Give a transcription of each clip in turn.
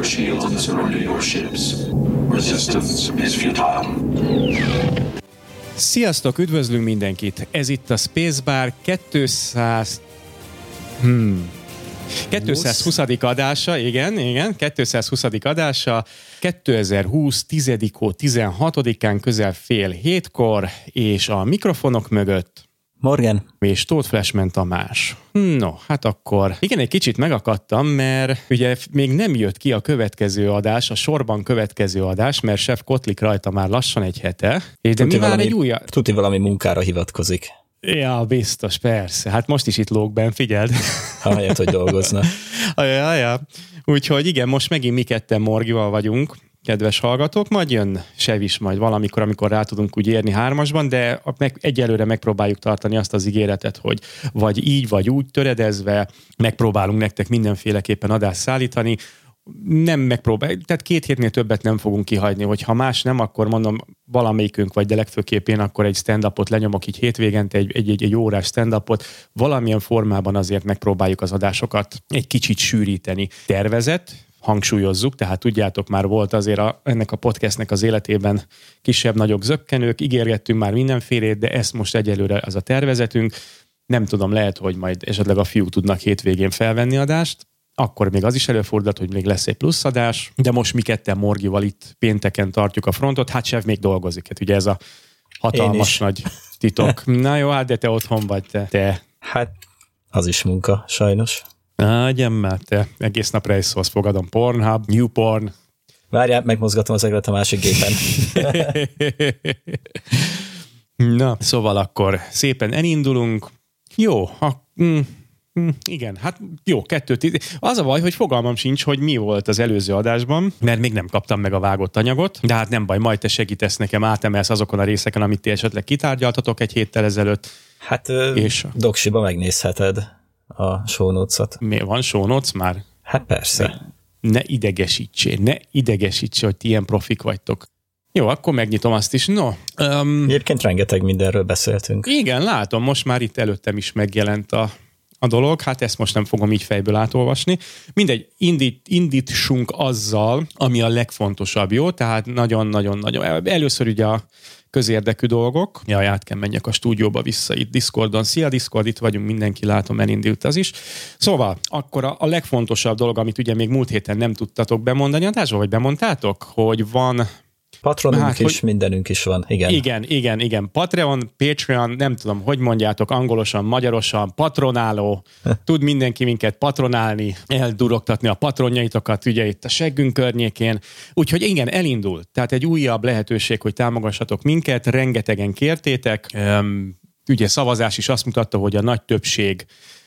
shields and surrender your ships. Resistance is futile. Sziasztok, üdvözlünk mindenkit! Ez itt a Spacebar 220. adása, igen, 220. adása, 2020. 10-16-án közel fél hétkor, és a mikrofonok mögött Morgan. És Tóth Flashman Tamás. No, hát akkor igen, egy kicsit megakadtam, mert ugye még nem jött ki a következő adás, a sorban következő adás, mert Chef Kotlik rajta már lassan egy hete. De mi már egy újabb... Tuti valami munkára hivatkozik. Ja, biztos, persze. Hát most is itt lóg benn, figyeld. Ahelyett, hogy dolgozna. Ja. Úgyhogy igen, most megint mi ketten Morgival vagyunk, kedves hallgatók, majd jön Sev is majd valamikor, amikor rá tudunk úgy érni 3-asban, de egyelőre megpróbáljuk tartani azt az ígéretet, hogy vagy így, vagy úgy töredezve megpróbálunk nektek mindenféleképpen adást szállítani. Tehát 2 hétnél többet nem fogunk kihagyni, hogyha más nem, akkor mondom valamelyikünk, vagy de legfőképp én akkor egy stand-upot lenyomok így hétvégente, egy órás stand-upot, valamilyen formában azért megpróbáljuk az adásokat egy kicsit sűríteni. Tervezett, hangsúlyozzuk, tehát tudjátok, már volt azért ennek a podcastnek az életében kisebb-nagyobb zökkenők, ígérgettünk már mindenfélét, de ezt most egyelőre az a tervezetünk. Nem tudom, lehet, hogy majd esetleg a fiúk tudnak hétvégén felvenni adást, akkor még az is előfordulhat, hogy még lesz egy plusz adás, de most mi ketten Morgival itt pénteken tartjuk a frontot, hát Sev még dolgozik, hát ugye ez a hatalmas nagy titok. Na jó, hát de te otthon vagy, te. Hát az is munka, sajnos. Ágyem már, te egész nap rejszolsz, fogadom, Pornhub, New Porn. Várjál, megmozgatom az egeret a másik gépen. Na, szóval akkor szépen elindulunk. Jó, igen, hát jó, 2-10. Az a baj, hogy fogalmam sincs, hogy mi volt az előző adásban, mert még nem kaptam meg a vágott anyagot, de hát nem baj, majd te segítesz nekem, átemelsz azokon a részeken, amit ti esetleg kitárgyaltatok egy héttel ezelőtt. Hát Doksiba megnézheted a show notes-ot. Mi van, show notes már? Hát persze. Ne idegesíts, hogy ti ilyen profik vagytok. Jó, akkor megnyitom azt is. No. Egyébként rengeteg mindenről beszéltünk. Igen, látom, most már itt előttem is megjelent a dolog, hát ezt most nem fogom így fejből átolvasni. Mindegy, indítsunk azzal, ami a legfontosabb, jó? Tehát nagyon-nagyon-nagyon. Először ugye a közérdekű dolgok. Jaj, át kell menjek a stúdióba vissza itt Discordon. Szia Discord, itt vagyunk, mindenki látom, elindult az is. Szóval, akkor a legfontosabb dolog, amit ugye még múlt héten nem tudtatok bemondani adásba, vagy bemondtátok, hogy van... Patronunk is, mindenünk is van, igen. Igen. Patreon, nem tudom, hogy mondjátok, angolosan, magyarosan, patronáló, tud mindenki minket patronálni, eldurogtatni a patronjaitokat, ugye itt a seggünk környékén. Úgyhogy igen, elindul. Tehát egy újabb lehetőség, hogy támogassatok minket, rengetegen kértétek. Ugye szavazás is azt mutatta, hogy a nagy többség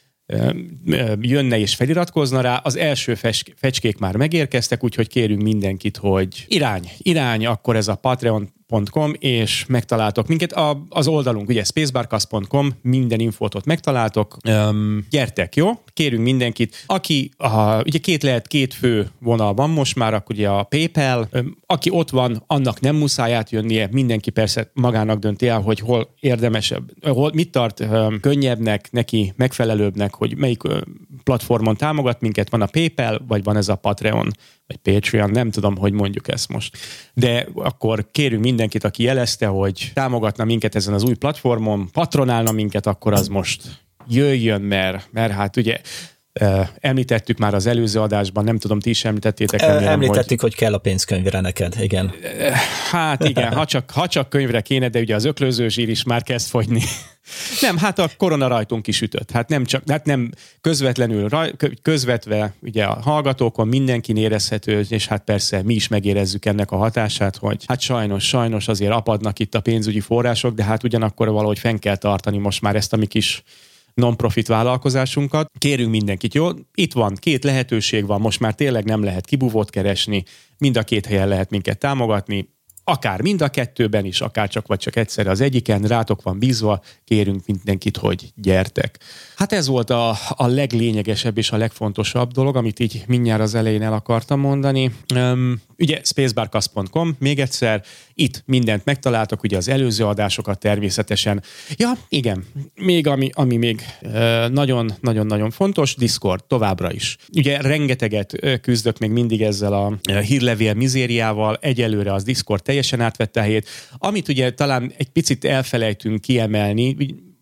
jönne és feliratkozna rá. Az első fecskék már megérkeztek, úgyhogy kérünk mindenkit, hogy irány, akkor ez a patreon.com, és megtaláltok minket. Az oldalunk, ugye spacebarcast.com, minden infót ott megtaláltok. Gyertek, jó? Kérünk mindenkit. Aki, ugye két fő vonal van most már, akkor ugye a PayPal. Aki ott van, annak nem muszáj átjönnie. Mindenki persze magának dönti el, hogy hol érdemesebb, mit tart könnyebbnek, neki megfelelőbbnek, hogy melyik platformon támogat minket. Van a PayPal, vagy van ez a Patreon, vagy Patreon, nem tudom, hogy mondjuk ezt most. De akkor kérünk mindenkit, aki jelezte, hogy támogatna minket ezen az új platformon, patronálna minket, akkor az most jöjjön, mert hát ugye említettük már az előző adásban, nem tudom, ti is említettétek. Említettük, hogy kell a pénzkönyvre neked, igen. Hát igen, ha csak könyvre kéne, de ugye az öklöző zsír is már kezd fogyni. Nem, hát a korona rajtunk is ütött. Hát nem közvetlenül, közvetve ugye a hallgatókon mindenkin érezhető, és hát persze mi is megérezzük ennek a hatását, hogy hát sajnos azért apadnak itt a pénzügyi források, de hát ugyanakkor valahogy fenn kell tartani most már ezt a mi kis non-profit vállalkozásunkat. Kérünk mindenkit, jó? Itt van, 2 lehetőség van, most már tényleg nem lehet kibúvót keresni, mind a 2 helyen lehet minket támogatni. akár mind a kettőben is, akár csak vagy csak egyszerre az egyiken, rátok van bízva, kérünk mindenkit, hogy gyertek. Hát ez volt a leglényegesebb és a legfontosabb dolog, amit így mindjárt az elején el akartam mondani. Ugye spacebarcast.com, még egyszer, itt mindent megtaláltok, ugye az előző adásokat természetesen. Ja, igen, még ami még nagyon-nagyon fontos, Discord továbbra is. Ugye rengeteget küzdök még mindig ezzel a hírlevél mizériával, egyelőre az Discord teljesen átvette a helyét. Amit ugye talán egy picit elfelejtünk kiemelni,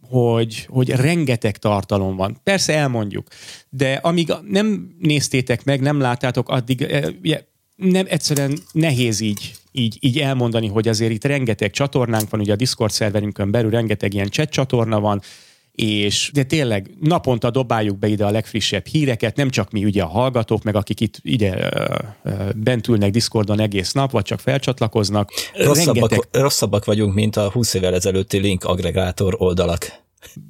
hogy rengeteg tartalom van. Persze elmondjuk, de amíg nem néztétek meg, nem láttátok, addig nem, egyszerűen nehéz így elmondani, hogy azért itt rengeteg csatornánk van, ugye a Discord szerverünkön belül rengeteg ilyen chat csatorna van, de tényleg naponta dobáljuk be ide a legfrissebb híreket, nem csak mi ugye a hallgatók, meg akik itt ide bent ülnek Discordon egész nap, vagy csak felcsatlakoznak. Rosszabbak vagyunk, mint a 20 évvel ezelőtti link aggregátor oldalak.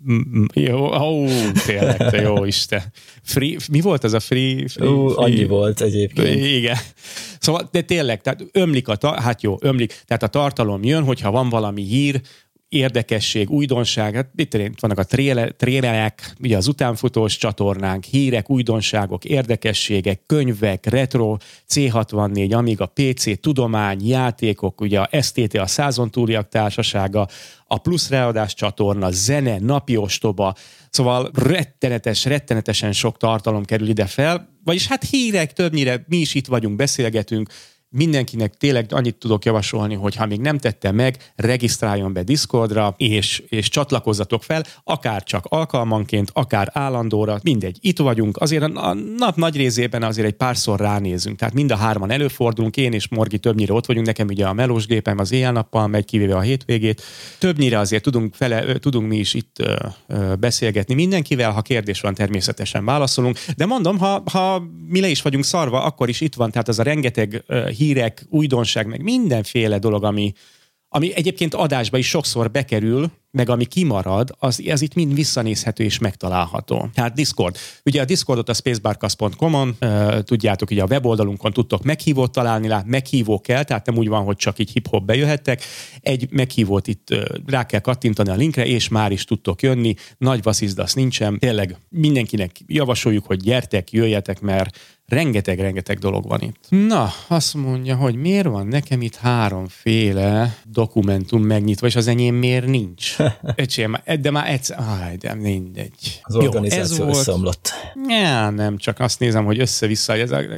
Jó, tényleg, te jó Isten. Mi volt ez a free? Annyi volt egyébként. Igen. Szóval, de tényleg, tehát ömlik tehát a tartalom jön, hogyha van valami hír, érdekesség, újdonság, hát itt vannak a trélerek, ugye az utánfutós csatornánk, hírek, újdonságok, érdekességek, könyvek, retro, C64, Amiga, PC, tudomány, játékok, ugye a STT, a Százon túliak társasága, a plusz ráadás csatorna, zene, napi ostoba, szóval rettenetesen sok tartalom kerül ide fel, vagyis hát hírek, többnyire mi is itt vagyunk, beszélgetünk. Mindenkinek tényleg annyit tudok javasolni, hogy ha még nem tette meg, regisztráljon be Discordra, és csatlakozzatok fel, akár csak alkalmanként, akár állandóra, mindegy, itt vagyunk, azért a nap nagy részében azért egy párszor ránézünk, tehát mind a hárman előfordulunk, én és Morgi többnyire ott vagyunk, nekem ugye a melós gépem az éjjel-nappal megy, kivéve a hétvégét, többnyire azért tudunk mi is itt beszélgetni mindenkivel, ha kérdés van, természetesen válaszolunk, de mondom, ha mi le is vagyunk szarva, akkor is itt van, tehát az a rengeteg hírek, újdonság, meg mindenféle dolog, ami egyébként adásba is sokszor bekerül, meg ami kimarad, az itt mind visszanézhető és megtalálható. Tehát Discord. Ugye a Discordot a spacebarcast.com-on, tudjátok, ugye a weboldalunkon tudtok meghívót találni, meghívó kell, tehát nem úgy van, hogy csak így hip-hop bejöhettek. Egy meghívót itt rá kell kattintani a linkre, és már is tudtok jönni. Nagy vasszizdasz nincsen. Tényleg mindenkinek javasoljuk, hogy gyertek, jöjjetek, mert rengeteg dolog van itt. Na, azt mondja, hogy miért van nekem itt 3 dokumentum megnyitva, és az enyém miért nincs? Öcsém, de már egyszer... de mindegy. Az organizáció jó, összeomlott. Ja, nem, csak azt nézem, hogy össze-vissza,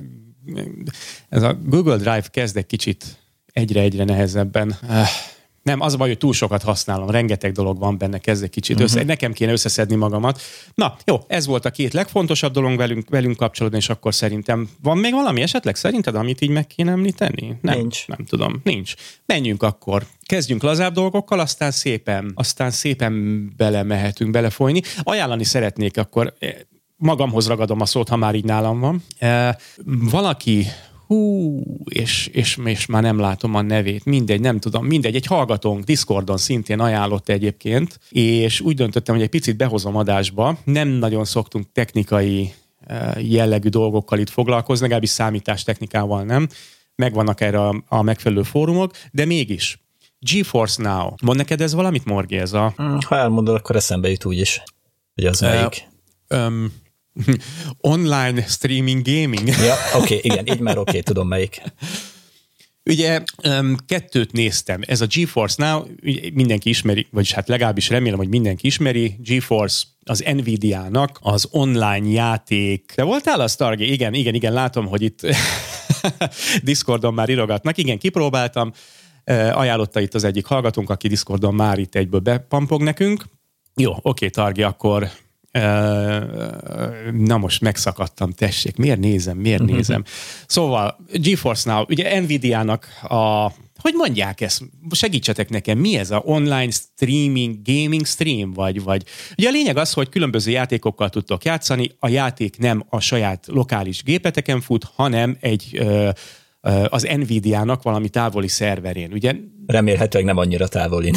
ez a Google Drive kezd egy kicsit egyre nehezebben. Nem, az a baj, hogy túl sokat használom, rengeteg dolog van benne, kezd egy kicsit össze. Nekem kéne összeszedni magamat. Na, jó, ez volt a 2 legfontosabb dolog velünk kapcsolatban, és akkor szerintem van még valami esetleg szerinted, amit így meg kéne említeni? Nincs. Nem tudom, nincs. Menjünk akkor. Kezdjünk lazább dolgokkal, aztán szépen belemehetünk, belefolyni. Ajánlani szeretnék akkor, magamhoz ragadom a szót, ha már így nálam van. Valaki és már nem látom a nevét, nem tudom, egy hallgatónk Discordon szintén ajánlott egyébként, és úgy döntöttem, hogy egy picit behozom adásba, nem nagyon szoktunk technikai jellegű dolgokkal itt foglalkozni, legalábbis számítástechnikával nem, megvannak erre a megfelelő fórumok, de mégis, GeForce Now, mond neked ez valamit, Morgi, ez a... Ha elmondod, akkor eszembe jut úgyis, hogy az melyik. Online streaming gaming. Ja, oké, igen, így már tudom melyik. Ugye 2 néztem. Ez a GeForce Now, mindenki ismeri, vagyis hát legalábbis remélem, hogy mindenki ismeri. GeForce az Nvidia-nak az online játék. De voltál a Stargate? Igen, látom, hogy itt Discordon már írogatnak. Igen, kipróbáltam. Ajánlotta itt az egyik hallgatónk, aki Discordon már itt egyből bepampog nekünk. Jó, oké, Targi, akkor na most megszakadtam, tessék, miért nézem? Szóval GeForce Now, ugye Nvidia-nak hogy mondják ezt? Segítsetek nekem, mi ez a online streaming, gaming stream, vagy? Ugye a lényeg az, hogy különböző játékokkal tudtok játszani, a játék nem a saját lokális gépeteken fut, hanem az Nvidia-nak valami távoli szerverén. Ugye Remélhetőleg nem annyira távolin.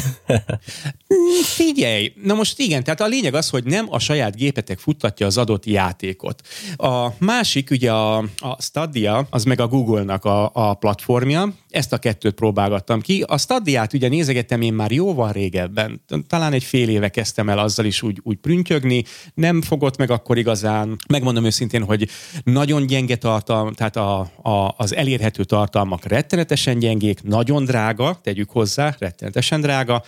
Figyelj, na most igen, tehát a lényeg az, hogy nem a saját gépetek futtatja az adott játékot. A másik, ugye a Stadia, az meg a Google-nak a platformja, ezt a kettőt próbálgattam ki. A Stadiát ugye nézegettem én már jóval régebben, talán egy fél éve kezdtem el azzal is úgy prüntjögni, nem fogott meg akkor igazán. Megmondom őszintén, hogy nagyon gyenge tartalom, tehát az elérhető tartalmak rettenetesen gyengék, nagyon drága, tegyük hozzá, rettenetesen drága,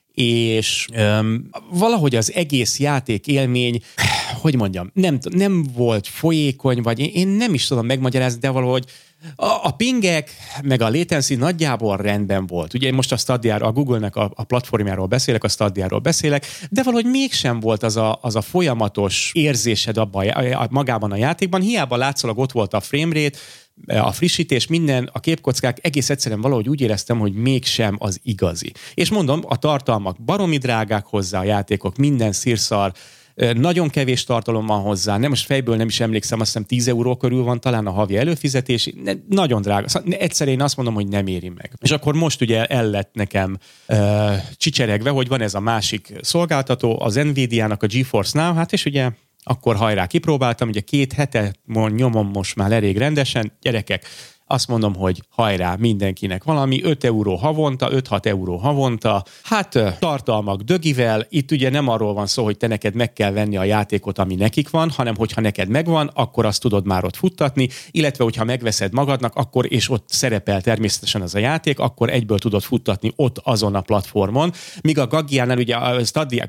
és valahogy az egész játék élmény, hogy mondjam, nem volt folyékony, vagy én nem is tudom megmagyarázni, de valahogy a pingek, meg a latency nagyjából rendben volt. Ugye én most a Stadiáról, a Google-nek a platformjáról beszélek, a Stadiáról beszélek, de valahogy mégsem volt az a folyamatos érzésed magában a játékban. Hiába látszólag ott volt a framerate, a frissítés, minden, a képkockák, egész egyszerűen valahogy úgy éreztem, hogy mégsem az igazi. És mondom, a tartalmak baromi drágák hozzá, a játékok, minden szírszar, nagyon kevés tartalom van hozzá, nem most fejből nem is emlékszem, azt hiszem 10 euró körül van talán a havi előfizetés, nagyon drága. Szóval egyszerűen én azt mondom, hogy nem éri meg. És akkor most ugye el lett nekem csicseregve, hogy van ez a másik szolgáltató, az Nvidia-nak a GeForce Now, hát és ugye akkor hajrá kipróbáltam, ugye 2 hete nyomom most már elég rendesen, gyerekek, azt mondom, hogy hajrá, mindenkinek valami, 5 euró havonta, 5-6 euró havonta, hát tartalmak dögivel, itt ugye nem arról van szó, hogy te neked meg kell venni a játékot, ami nekik van, hanem hogyha neked megvan, akkor azt tudod már ott futtatni, illetve hogyha megveszed magadnak, akkor és ott szerepel természetesen az a játék, akkor egyből tudod futtatni ott azon a platformon, míg a Gagiánál ugye a Stadia,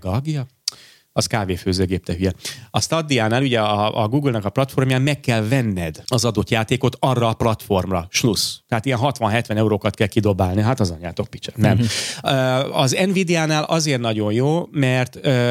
az kávéfőzőgép, te hülye. A Stadiánál ugye a Google-nak a platformján meg kell venned az adott játékot arra a platformra. Slussz. Tehát ilyen 60-70 eurókat kell kidobálni. Hát az anyátok picsa. Nem. Az Nvidia-nál azért nagyon jó, mert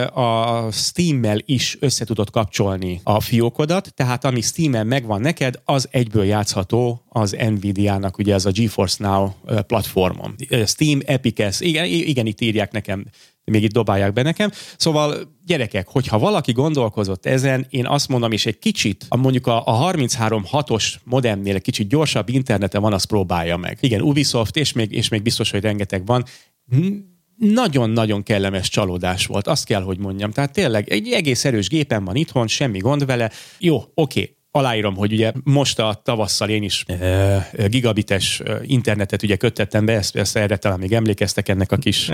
a Steam-mel is össze tudod kapcsolni a fiókodat, tehát ami Steam-en megvan neked, az egyből játszható az Nvidia-nak, ugye az a GeForce Now platformon. Steam, Epic, igen, itt írják nekem, még itt dobálják be nekem. Szóval gyerekek, hogyha valaki gondolkozott ezen, én azt mondom, és egy kicsit, mondjuk a 33.6-os modemnél egy kicsit gyorsabb internete van, azt próbálja meg. Igen, Ubisoft, és még biztos, hogy rengeteg van. Nagyon-nagyon kellemes csalódás volt, azt kell, hogy mondjam. Tehát tényleg egy egész erős gépen van itthon, semmi gond vele. Jó, oké. Aláírom, hogy ugye most a tavasszal én is gigabites internetet ugye köttettem be, ezt erre talán még emlékeztek ennek a kis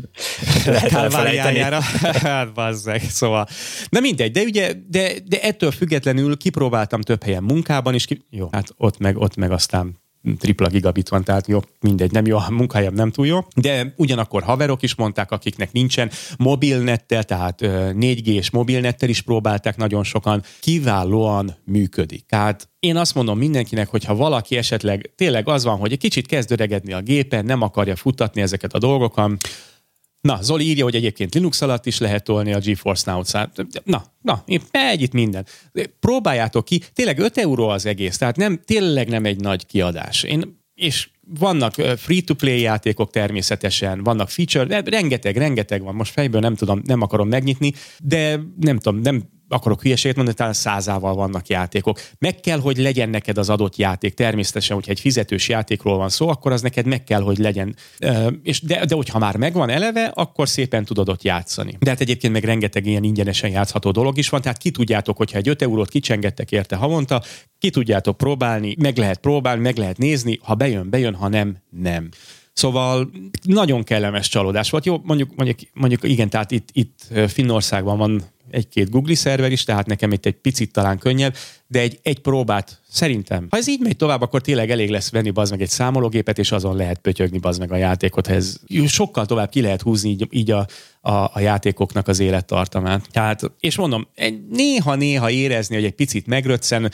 kálváriájára. Hát bazzeg, szóval. Na mindegy, de ettől függetlenül kipróbáltam több helyen munkában is. Jó, hát ott meg aztán tripla gigabit van, tehát jó, mindegy, nem jó, a munkahelyem nem túl jó, de ugyanakkor haverok is mondták, akiknek nincsen mobilnettel, tehát 4G-s mobilnettel is próbálták nagyon sokan, kiválóan működik. Tehát én azt mondom mindenkinek, hogy ha valaki esetleg tényleg az van, hogy egy kicsit kezd öregedni a gépen, nem akarja futtatni ezeket a dolgokat. Na, Zoli írja, hogy egyébként Linux alatt is lehet tolni a GeForce Now-t. Na, megy itt minden. Próbáljátok ki, tényleg 5 euró az egész, tehát tényleg nem egy nagy kiadás. És vannak free-to-play játékok természetesen, vannak feature, rengeteg van, most fejből nem tudom, nem akarom megnyitni, de nem akarok hülyeséget mondani, talán 100-ával vannak játékok. Meg kell, hogy legyen neked az adott játék. Természetesen, hogyha egy fizetős játékról van szó, akkor az neked meg kell, hogy legyen. De hogyha már megvan eleve, akkor szépen tudod ott játszani. De hát egyébként meg rengeteg ilyen ingyenesen játszható dolog is van, tehát ki tudjátok, hogyha egy 5 eurót kicsengettek érte havonta, ki tudjátok próbálni, meg lehet próbálni, meg lehet nézni, ha bejön, ha nem. Szóval nagyon kellemes csalódás volt. Jó, mondjuk igen, tehát itt Finnországban van egy-két Google szerver is, tehát nekem itt egy picit talán könnyebb, de egy próbát szerintem. Ha ez így megy tovább, akkor tényleg elég lesz venni bazd meg egy számológépet, és azon lehet pötyögni bazd meg a játékot. Ez sokkal tovább ki lehet húzni így a játékoknak az élettartamát. Tehát, és mondom, néha érezni, hogy egy picit megröccen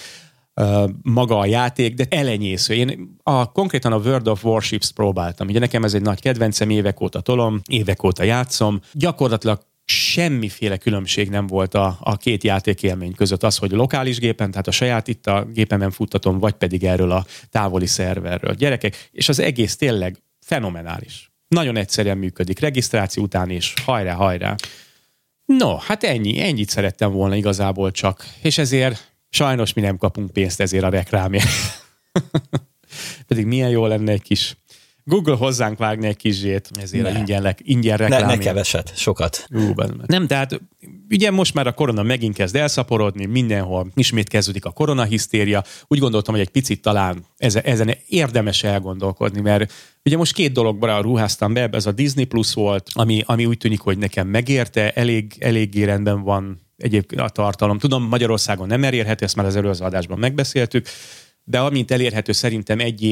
maga a játék, de elenyésző. Én konkrétan a World of Warships próbáltam. Ugye nekem ez egy nagy kedvencem, évek óta tolom, évek óta játszom. Gyakorlatilag semmiféle különbség nem volt a két játékélmény között. Az, hogy lokális gépen, tehát a saját itt a gépemen futtatom, vagy pedig erről a távoli szerverről. Gyerekek, és az egész tényleg fenomenális. Nagyon egyszerűen működik. Regisztráció után is. Hajrá. No, hát ennyit szerettem volna igazából csak. És ezért sajnos mi nem kapunk pénzt ezért a reklámért. Pedig milyen jó lenne egy kis Google hozzánk vágni egy kis zsét, ezért ingyen reklám. Ne keveset, sokat. Nem, tehát ugye most már a korona megint kezd elszaporodni, mindenhol ismét kezdődik a koronahisztéria. Úgy gondoltam, hogy egy picit talán ezen érdemes elgondolkodni, mert ugye most 2 dologra ruháztam be, ez a Disney Plus volt, ami úgy tűnik, hogy nekem megérte, eléggé rendben van egyébként a tartalom. Tudom, Magyarországon nem elérhető, ezt már az előző adásban megbeszéltük, de amint elérhető, szerintem egy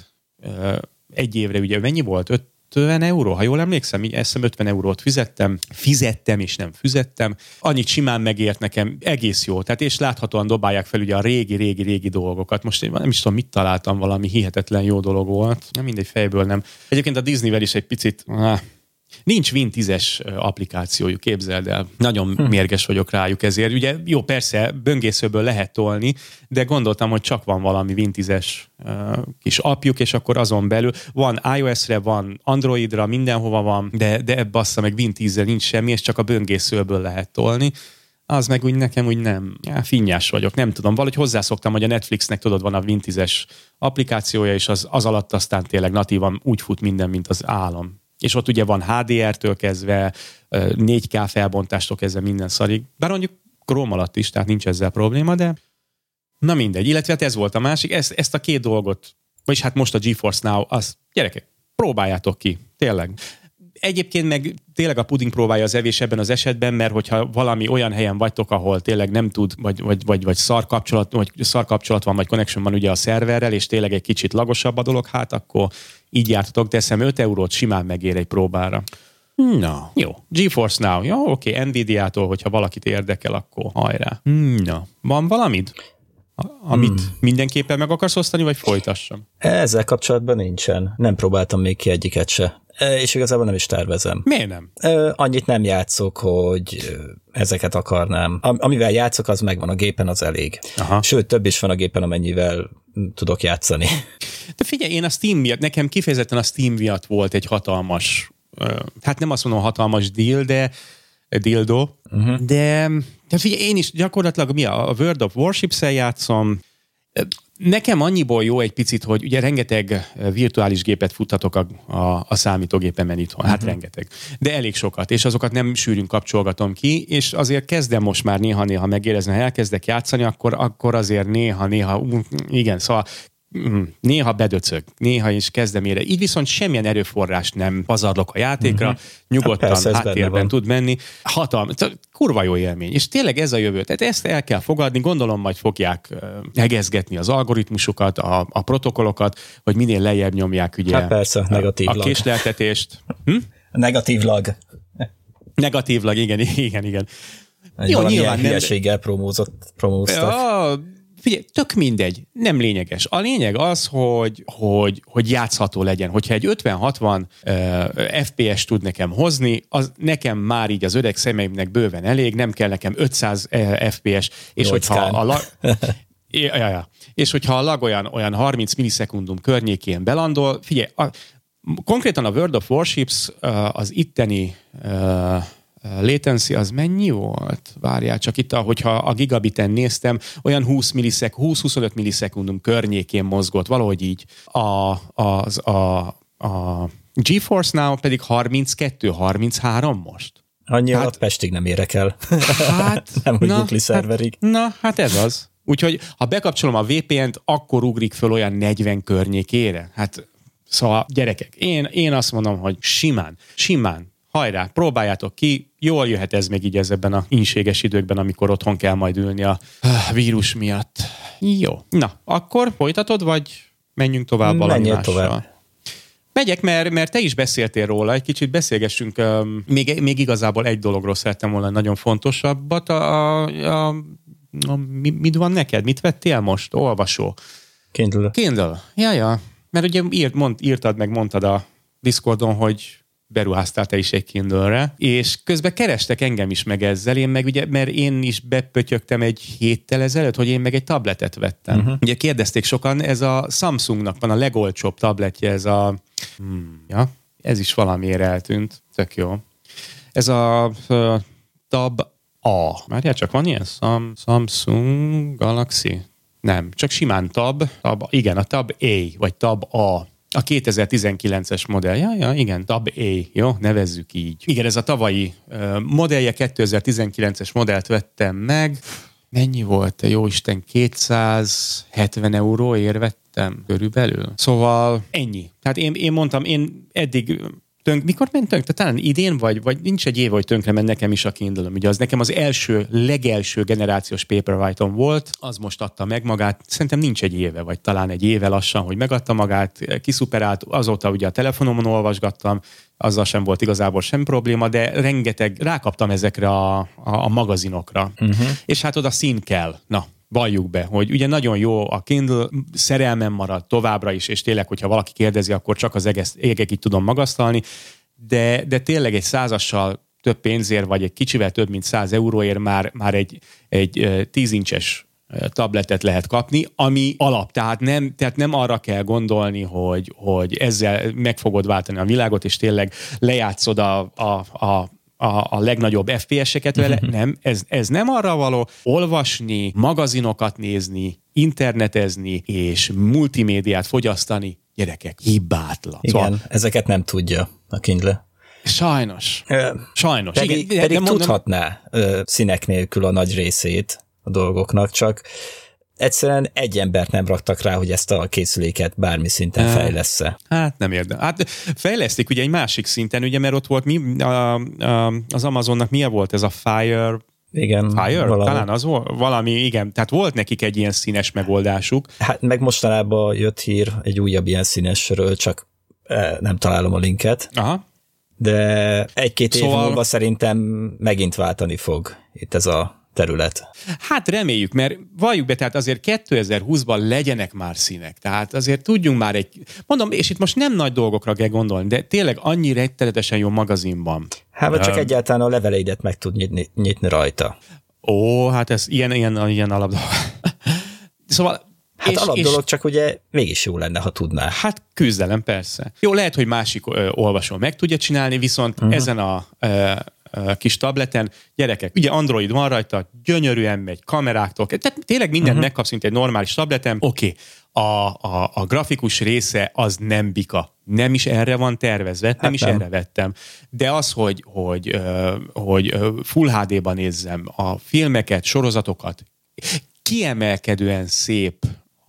évre ugye mennyi volt? 50 euró, ha jól emlékszem, így eszem 50 eurót fizettem és nem füzettem. Annyit simán megért nekem, egész jó. Tehát és láthatóan dobálják fel ugye a régi dolgokat. Most én nem is tudom, mit találtam, valami hihetetlen jó dolog volt. Nem mindegy, fejből nem. Egyébként a Disneyvel is egy picit... Nincs Win 10-es applikációjuk, képzeld el. Nagyon mérges vagyok rájuk ezért. Ugye jó, persze, böngészőből lehet tolni, de gondoltam, hogy csak van valami Win 10-es kis appjuk, és akkor azon belül van iOS-re, van Androidra, mindenhova van, de bassza meg Win 10-re nincs semmi, és csak a böngészőből lehet tolni. Az meg úgy nekem úgy nem, finnyás vagyok, nem tudom. Valahogy hozzászoktam, hogy a Netflixnek tudod, van a Win 10-es applikációja, és az alatt aztán tényleg natívan úgy fut minden, mint az álom. És ott ugye van HDR-től kezdve, 4K felbontástól kezdve minden szarig. Bár mondjuk Chrome alatt is, tehát nincs ezzel probléma, de na mindegy. Illetve hát ez volt a másik. Ezt a 2 dolgot, vagyis hát most a GeForce Now, az gyerekek, próbáljátok ki, tényleg. Egyébként meg tényleg a puding próbálja az evés ebben az esetben, mert hogyha valami olyan helyen vagytok, ahol tényleg nem tud, vagy szar kapcsolat van, vagy connection van ugye a szerverrel, és tényleg egy kicsit lagosabb a dolog, hát akkor így jártatok, de eszem 5 eurót simán megér egy próbára. Na, jó. GeForce Now. Jó, oké. Nvidia-tól, hogyha valakit érdekel, akkor hajrá. Na, van valamit? Amit mindenképpen meg akarsz osztani, vagy folytassam? Ezzel kapcsolatban nincsen. Nem próbáltam még ki egyiket se. És igazából nem is tervezem. Miért nem? Annyit nem játszok, hogy ezeket akarnám. Amivel játszok, az megvan a gépen, az elég. Aha. Sőt, több is van a gépen, amennyivel tudok játszani. De figyelj, én a Steam miatt, nekem kifejezetten a Steam miatt volt egy hatalmas, hát nem azt mondom hatalmas deal, de dildo, de figyelj, én is gyakorlatilag a World of Warships-el játszom. Nekem annyiból jó egy picit, hogy ugye rengeteg virtuális gépet futtatok a számítógépemen itthon, hát rengeteg, de elég sokat, és azokat nem sűrűn kapcsolgatom ki, és azért kezdem most már néha megérezni, ha elkezdek játszani, akkor azért néha, igen, szóval néha bedöcög, néha is kezdem ére. Így viszont semmilyen erőforrást nem pazarlok a játékra, nyugodtan háttérben tud menni. Kurva jó élmény. És tényleg ez a jövő. Tehát ezt el kell fogadni, gondolom majd fogják egezgetni az algoritmusokat, a protokollokat, hogy minél lejjebb nyomják ugye hát persze, negatív a késleltetést. Negatív lag. Negatív lag, igen. Jó, nyilván hülyeséggel promóztak. Figyelj, tök mindegy, nem lényeges. A lényeg az, hogy játszható legyen. Hogyha egy 50-60 FPS tud nekem hozni, az nekem már így az öreg szemeimnek bőven elég, nem kell nekem 500 FPS, és hogyha a lag olyan 30 millisekundum környékén belandol, figyelj, konkrétan a World of Warships az itteni latency az mennyi volt? Várjál, csak itt, hogyha a gigabiten néztem, olyan 20-25 millisekundum környékén mozgott, valahogy így. A GeForce Now pedig 32-33 most. Annyi alatt Pestig nem érek el. Hát, nem, hogy Google szerverig. Hát ez az. Úgyhogy, ha bekapcsolom a VPN-t, akkor ugrik föl olyan 40 környékére. Hát, szóval gyerekek, én azt mondom, hogy simán, hajrá, próbáljátok ki, jól jöhet ez még így ebben a ínséges időkben, amikor otthon kell majd ülni a vírus miatt. Jó. Na, akkor folytatod, vagy menjünk tovább valami mással? Tovább. Megyek, mert te is beszéltél róla, egy kicsit beszélgessünk, még igazából egy dologról szerettem volna nagyon fontosabbat. Mit van neked? Mit vettél most? Olvasó. Kindle. Ja. Mert ugye írtad meg, mondtad a Discordon, hogy beruháztál te is egy Kindle-re, és közben kerestek engem is meg ezzel, én meg ugye, mert én is bepötyögtem egy héttel ezelőtt, hogy én meg egy tabletet vettem. Ugye kérdezték sokan, ez a Samsungnak van a legolcsóbb tabletje, ez ez is valamiért eltűnt, tök jó. Ez a Tab A. Várjál, csak van ilyen? Samsung Galaxy? Nem, csak simán Tab. Igen, a Tab A, vagy Tab A. A 2019-es modell. Ja, igen, Tab A, jó, nevezzük így. Igen, ez a tavalyi modellje, 2019-es modellt vettem meg. Mennyi volt? Jóisten, 270 euróért vettem körülbelül. Szóval ennyi. Tehát én mondtam, én eddig mikor ment tönkre? Talán idén vagy nincs egy év, hogy tönkre ment nekem is a Kindle-öm. Ugye az nekem az legelső generációs Paperwhite-om volt, az most adta meg magát. Szerintem nincs egy éve, vagy talán egy éve lassan, hogy megadta magát, kiszuperált, azóta ugye a telefonomon olvasgattam, azzal sem volt igazából sem probléma, de rengeteg rákaptam ezekre a magazinokra. És hát oda szín kell. Na, valljuk be, hogy ugye nagyon jó a Kindle, szerelmem marad továbbra is, és tényleg, hogyha valaki kérdezi, akkor csak az égekig tudom magasztalni, de tényleg egy 100-assal több pénzért, vagy egy kicsivel több, mint 100 euróért már egy 10 incses tabletet lehet kapni, ami alap. Tehát nem arra kell gondolni, hogy ezzel meg fogod váltani a világot, és tényleg lejátszod a legnagyobb FPS-eket vele. Nem, ez nem arra való. Olvasni, magazinokat nézni, internetezni és multimédiát fogyasztani, gyerekek, hibátlan. Igen, szóval, ezeket nem tudja a Kindle. Sajnos. Pedig tudhatná színek nélkül a nagy részét a dolgoknak, csak egyszerűen egy embert nem raktak rá, hogy ezt a készüléket bármi szinten fejlessze. Hát nem érdem. Hát fejlesztik ugye egy másik szinten, ugye, mert ott volt az Amazonnak milyen volt ez a Fire? Igen. Fire? Talán az volt? Valami, igen. Tehát volt nekik egy ilyen színes megoldásuk. Hát meg mostanában jött hír egy újabb ilyen színesről, csak nem találom a linket. Aha. De egy-két év múlva szerintem megint váltani fog itt ez a terület. Hát reméljük, mert valljuk be, tehát azért 2020-ban legyenek már színek. Tehát azért tudjunk már mondom, és itt most nem nagy dolgokra kell gondolni, de tényleg annyi rettenetesen jó magazinban. Hát vagy csak egyáltalán a leveleidet meg tud nyitni rajta. Ó, hát ez ilyen alapdolog. Szóval hát alapdolog, csak ugye mégis jó lenne, ha tudná. Hát küzdelem, persze. Jó, lehet, hogy másik olvasó meg tudja csinálni, viszont ezen a kis tableten, gyerekek, ugye Android van rajta, gyönyörűen megy, kameráktól, tehát tényleg mindent megkapsz, mint egy normális tableten. Oké. A grafikus része az nem bika. Nem is erre van tervezve, nem is erre vettem. De az, hogy Full HD-ban nézzem a filmeket, sorozatokat, kiemelkedően szép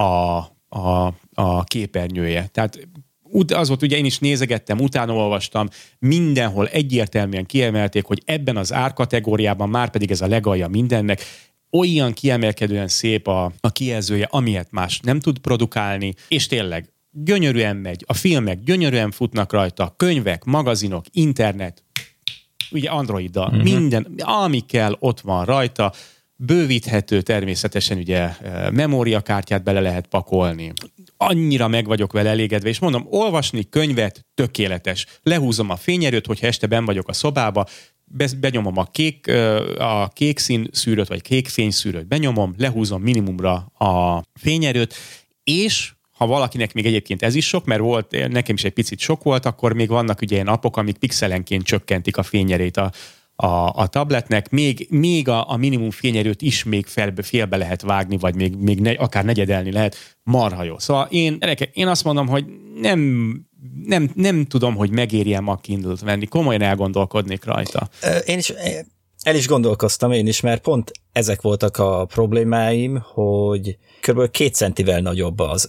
a képernyője. Tehát az volt, ugye én is nézegettem, utána olvastam, mindenhol egyértelműen kiemelték, hogy ebben az árkategóriában már pedig ez a legalja mindennek, olyan kiemelkedően szép a kijelzője, amilyet más nem tud produkálni, és tényleg gyönyörűen megy, a filmek gyönyörűen futnak rajta, könyvek, magazinok, internet, ugye Androiddal, minden, ami kell, ott van rajta, bővíthető természetesen, ugye memóriakártyát bele lehet pakolni. Annyira meg vagyok vele elégedve, és mondom, olvasni könyvet tökéletes. Lehúzom a fényerőt, hogyha este benn vagyok a szobába, benyomom a kék színszűrőt, vagy kék fényszűrőt benyomom, lehúzom minimumra a fényerőt, és ha valakinek még egyébként ez is sok, mert volt, nekem is egy picit sok volt, akkor még vannak ugye ilyen appok, amik pixelenként csökkentik a fényerét a tabletnek, még a minimum fényerőt is még félbe lehet vágni, vagy még akár negyedelni lehet, marha jó. Szóval én azt mondom, hogy nem tudom, hogy megérjem a Kindle-t venni, komolyan elgondolkodnék rajta. El is gondolkoztam én is, mert pont ezek voltak a problémáim, hogy kb. 2 centivel nagyobb az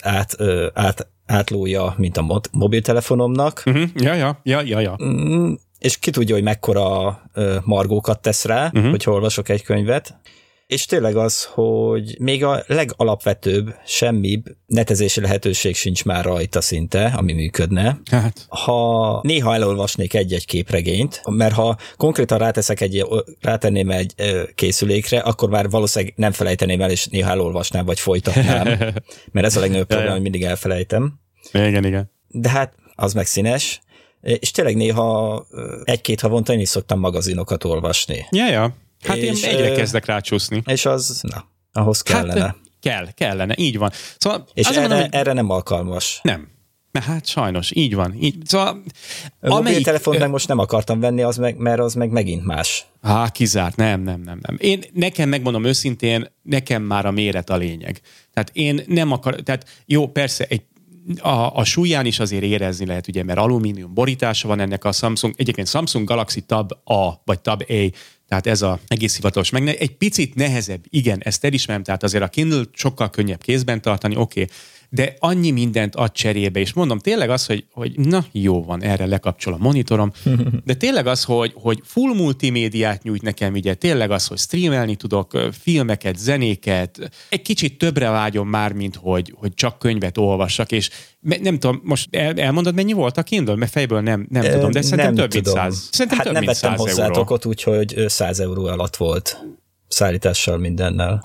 átlója, mint a mobiltelefonomnak. Ja. És ki tudja, hogy mekkora margókat tesz rá, hogyha olvasok egy könyvet. És tényleg az, hogy még a legalapvetőbb, semmibb netezési lehetőség sincs már rajta szinte, ami működne. Hát. Ha néha elolvasnék egy-egy képregényt, mert ha konkrétan rátenném egy készülékre, akkor már valószínűleg nem felejteném el, és néha elolvasnám, vagy folytatnám. Mert ez a legnagyobb probléma, hogy mindig elfelejtem. Igen. De hát az meg színes. És tényleg néha 1-2 havonta én is szoktam magazinokat olvasni. Ja. Hát én egyre kezdek rácsúszni. És az, ahhoz kellene. Hát, kellene, így van. Szóval és erre nem alkalmas. Nem. Hát sajnos, így van. Szóval, a mobiltelefont meg most nem akartam venni, mert az meg megint más. Kizárt, nem. Nekem megmondom őszintén, nekem már a méret a lényeg. Tehát én nem tehát jó, persze, a súlyán is azért érezni lehet, ugye, mert alumínium borítása van ennek a Samsung, egyébként Samsung Galaxy Tab A, vagy Tab A, tehát ez a egész hivatalos meg. Egy picit nehezebb, igen, ezt elismerem, tehát azért a Kindle sokkal könnyebb kézben tartani, oké. De annyi mindent ad cserébe, és mondom, tényleg az, hogy na jó van, erre lekapcsol a monitorom, de tényleg az, hogy full multimédiát nyújt nekem, ugye tényleg az, hogy streamelni tudok, filmeket, zenéket, egy kicsit többre vágyom már, mint hogy csak könyvet olvassak, és nem tudom, most elmondod, mennyi volt a Kindle? Mert fejből nem tudom, de szerintem több mint 100. Szerintem hát több nem mint vettem 100 hozzátok euró. ott, úgyhogy 100 euró alatt volt szállítással mindennel.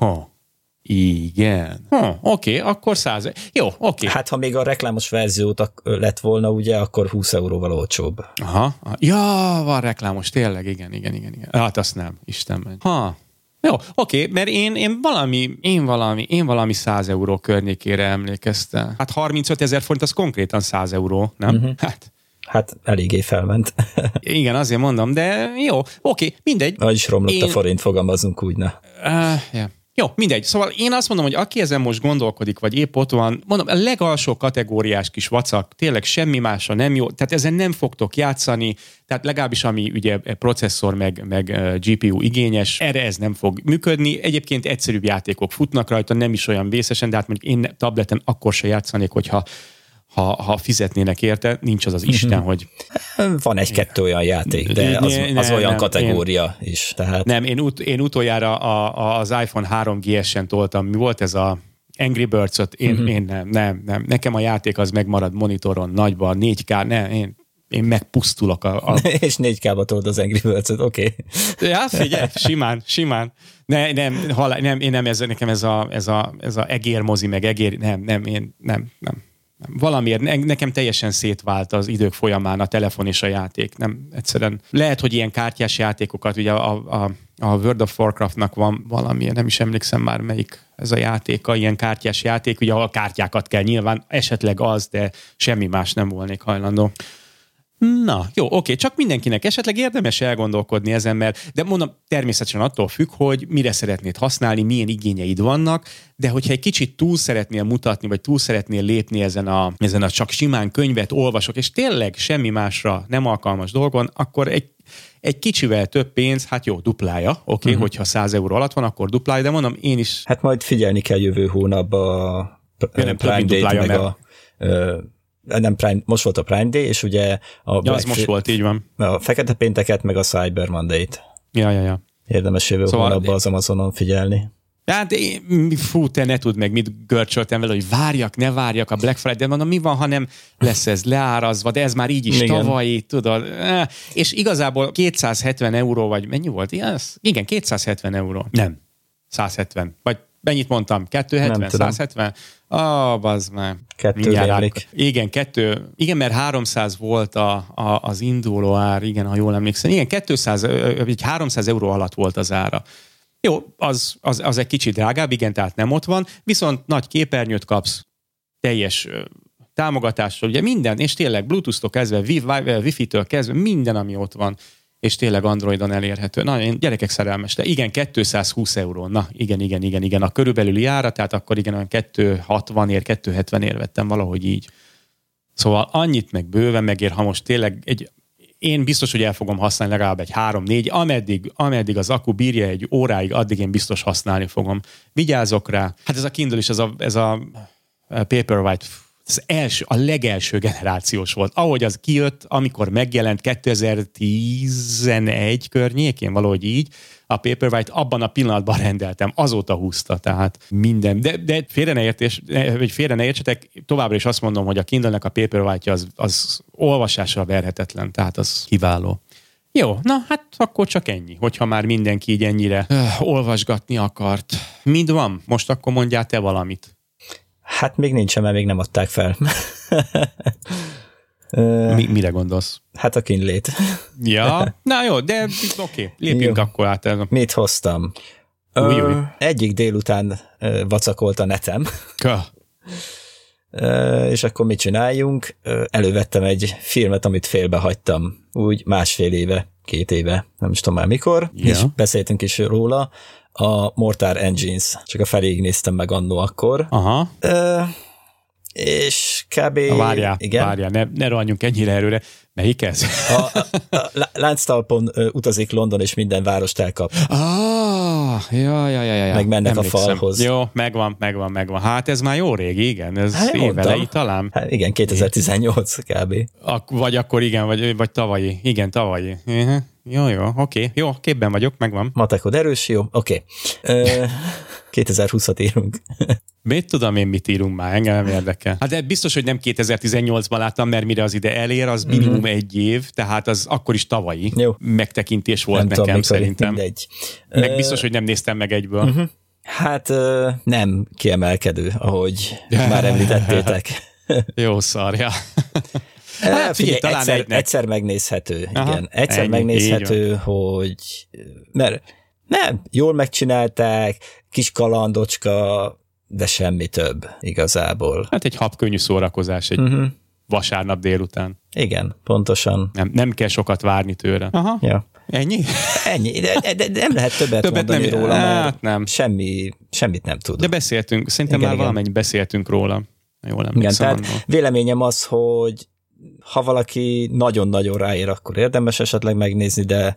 Igen. Oké, akkor 100. Jó, oké. Hát ha még a reklámos verziót lett volna, ugye, akkor 20 euróval olcsóbb. Aha. Ja, van reklámos, tényleg, igen. Hát azt nem, Isten megy. Jó, oké, mert én valami 100 euró környékére emlékeztem. Hát 35 000 forint, az konkrétan 100 euró, nem? Uh-huh. Hát eléggé felment. Igen, azért mondom, de jó, oké, mindegy. Vagyis romlott a forint, fogalmazunk úgy, ne. Yeah. Jó, mindegy. Szóval én azt mondom, hogy aki ezen most gondolkodik, vagy épp ott van, mondom, a legalsó kategóriás kis vacak, tényleg semmi másra nem jó, tehát ezen nem fogtok játszani, tehát legalábbis ami ugye processzor meg GPU igényes, erre ez nem fog működni. Egyébként egyszerűbb játékok futnak rajta, nem is olyan vészesen, de hát mondjuk én tableten akkor se játszanék, hogyha ha fizetnének érte, nincs az Isten, hogy... Van egy-kettő olyan játék, de az olyan kategória is. Tehát... Nem, én utoljára az iPhone 3GS-en toltam. Mi volt ez a Angry Birds-ot? Én nem. Nekem a játék az megmarad monitoron, nagyban, 4K, én megpusztulok. És 4K-ba told az Angry Birds-ot, oké. Ja, figyelj, simán. Nekem ez a egérmozi, meg nem. Valamiért nekem teljesen szétvált az idők folyamán a telefon és a játék. Nem, egyszerűen. Lehet, hogy ilyen kártyás játékokat, ugye a World of Warcraftnak van valami, nem is emlékszem már melyik ez a játéka, ilyen kártyás játék, ugye a kártyákat kell nyilván, esetleg az, de semmi más nem volnék hajlandó. Na, jó, oké, csak mindenkinek esetleg érdemes elgondolkodni ezen, de mondom, természetesen attól függ, hogy mire szeretnéd használni, milyen igényeid vannak, de hogyha egy kicsit túl szeretnél mutatni, vagy túl szeretnél lépni ezen a csak simán könyvet olvasok, és tényleg semmi másra nem alkalmas dolgon, akkor egy kicsivel több pénz, hát jó, duplája, oké, hogyha 100 euró alatt van, akkor duplája, de mondom, én is... Hát majd figyelni kell jövő hónapban a Prime Day-t, meg nem Prime, most volt a Prime Day, és ugye az most volt, így van. A Fekete Pénteket, meg a Cyber Monday-t. Ja. Érdemes jövő hónapban az Amazonon figyelni. Hát te ne tudd meg, mit görcsöltem vele, hogy várjak, ne várjak a Black Friday, de mondom, mi van, ha nem lesz ez leárazva, de ez már így is tavalyi, tudod. És igazából 270 euró, vagy mennyi volt? Igen, 270 euró. Nem, 170. Vagy mennyit mondtam? 270? 170? Bazd már. 2 Igen, mert 300 volt az induló ár, igen, ha jól emlékszem. Igen, 300 euró alatt volt az ára. Jó, az egy kicsit drágább, igen, tehát nem ott van, viszont nagy képernyőt kapsz, teljes támogatással, ugye minden, és tényleg Bluetooth-tól kezdve, Wi-Fi-től kezdve, minden, ami ott van, és tényleg Androidon elérhető. Na, én gyerekek szerelmes, de igen, 220 euró, na, igen, a körülbelüli ára, tehát akkor igen, olyan 260-ért, 270-ért vettem, valahogy így. Szóval annyit meg bőven megér, ha most tényleg én biztos, hogy el fogom használni legalább egy 3-4, ameddig az akku bírja egy óráig, addig én biztos használni fogom. Vigyázok rá. Hát ez a Kindle is, ez a Paperwhite, a legelső generációs volt. Ahogy az kijött, amikor megjelent 2011 környékén, valahogy így, a Paperwhite, abban a pillanatban rendeltem, azóta húzta, tehát minden. De félre ne értsetek, továbbra is azt mondom, hogy a Kindle-nek a Paperwhite az olvasásra verhetetlen, tehát az kiváló. Jó, na hát akkor csak ennyi, hogyha már mindenki így ennyire olvasgatni akart. Mind van? Most akkor mondjál te valamit. Hát még nincsen, mert még nem adták fel. Mire gondolsz? Hát a Kindle-t. Ja, na jó, de oké, lépjünk akkor át. Mit hoztam? Egyik délután vacakolt a netem. És akkor mit csináljunk? Elővettem egy filmet, amit félbehagytam, úgy 1,5 éve, 2 éve, nem is tudom már mikor, és beszéltünk is róla, a Mortal Engines, csak a feléig néztem meg annó akkor. Aha. és kb. Várjál, ne rohanjunk ennyire erőre. Melyik ez? A lánctalpon utazik London, és minden várost elkap. Ja. Meg mennek a falhoz. Jó, megvan. Hát ez már jó régi, igen. Ez évelei talán. Hát igen, 2018 kb. Vagy akkor igen, vagy tavalyi. Igen, tavalyi. Jó, oké. Jó, képben vagyok, megvan. Matekod erős, jó, oké. 2020-at írunk. Mit tudom én, mit írunk már, engem nem érdekel. Hát de biztos, hogy nem 2018-ban láttam, mert mire az ide elér, az minimum egy év, tehát az akkor is tavalyi jó. Megtekintés volt nem nekem tudom, szerintem. Mindegy. Meg biztos, hogy nem néztem meg egyből. Hát nem kiemelkedő, ahogy már említettétek. Jó szarja. Hát figyelj, egyszer megnézhető. Aha, igen. Egyszer ennyi, megnézhető, hogy mert nem, jól megcsinálták, kis kalandocska, de semmi több igazából. Hát egy habkönnyű szórakozás egy vasárnap délután. Igen, pontosan. Nem kell sokat várni tőle. Aha. Ja. Ennyi? Ennyi, de nem lehet többet mondani nem, róla, mert nem. Semmit nem tud. De beszéltünk, szerintem igen, már valamennyi beszéltünk róla. Jól emlékszem. Igen, tehát véleményem az, hogy ha valaki nagyon-nagyon ráér, akkor érdemes esetleg megnézni, de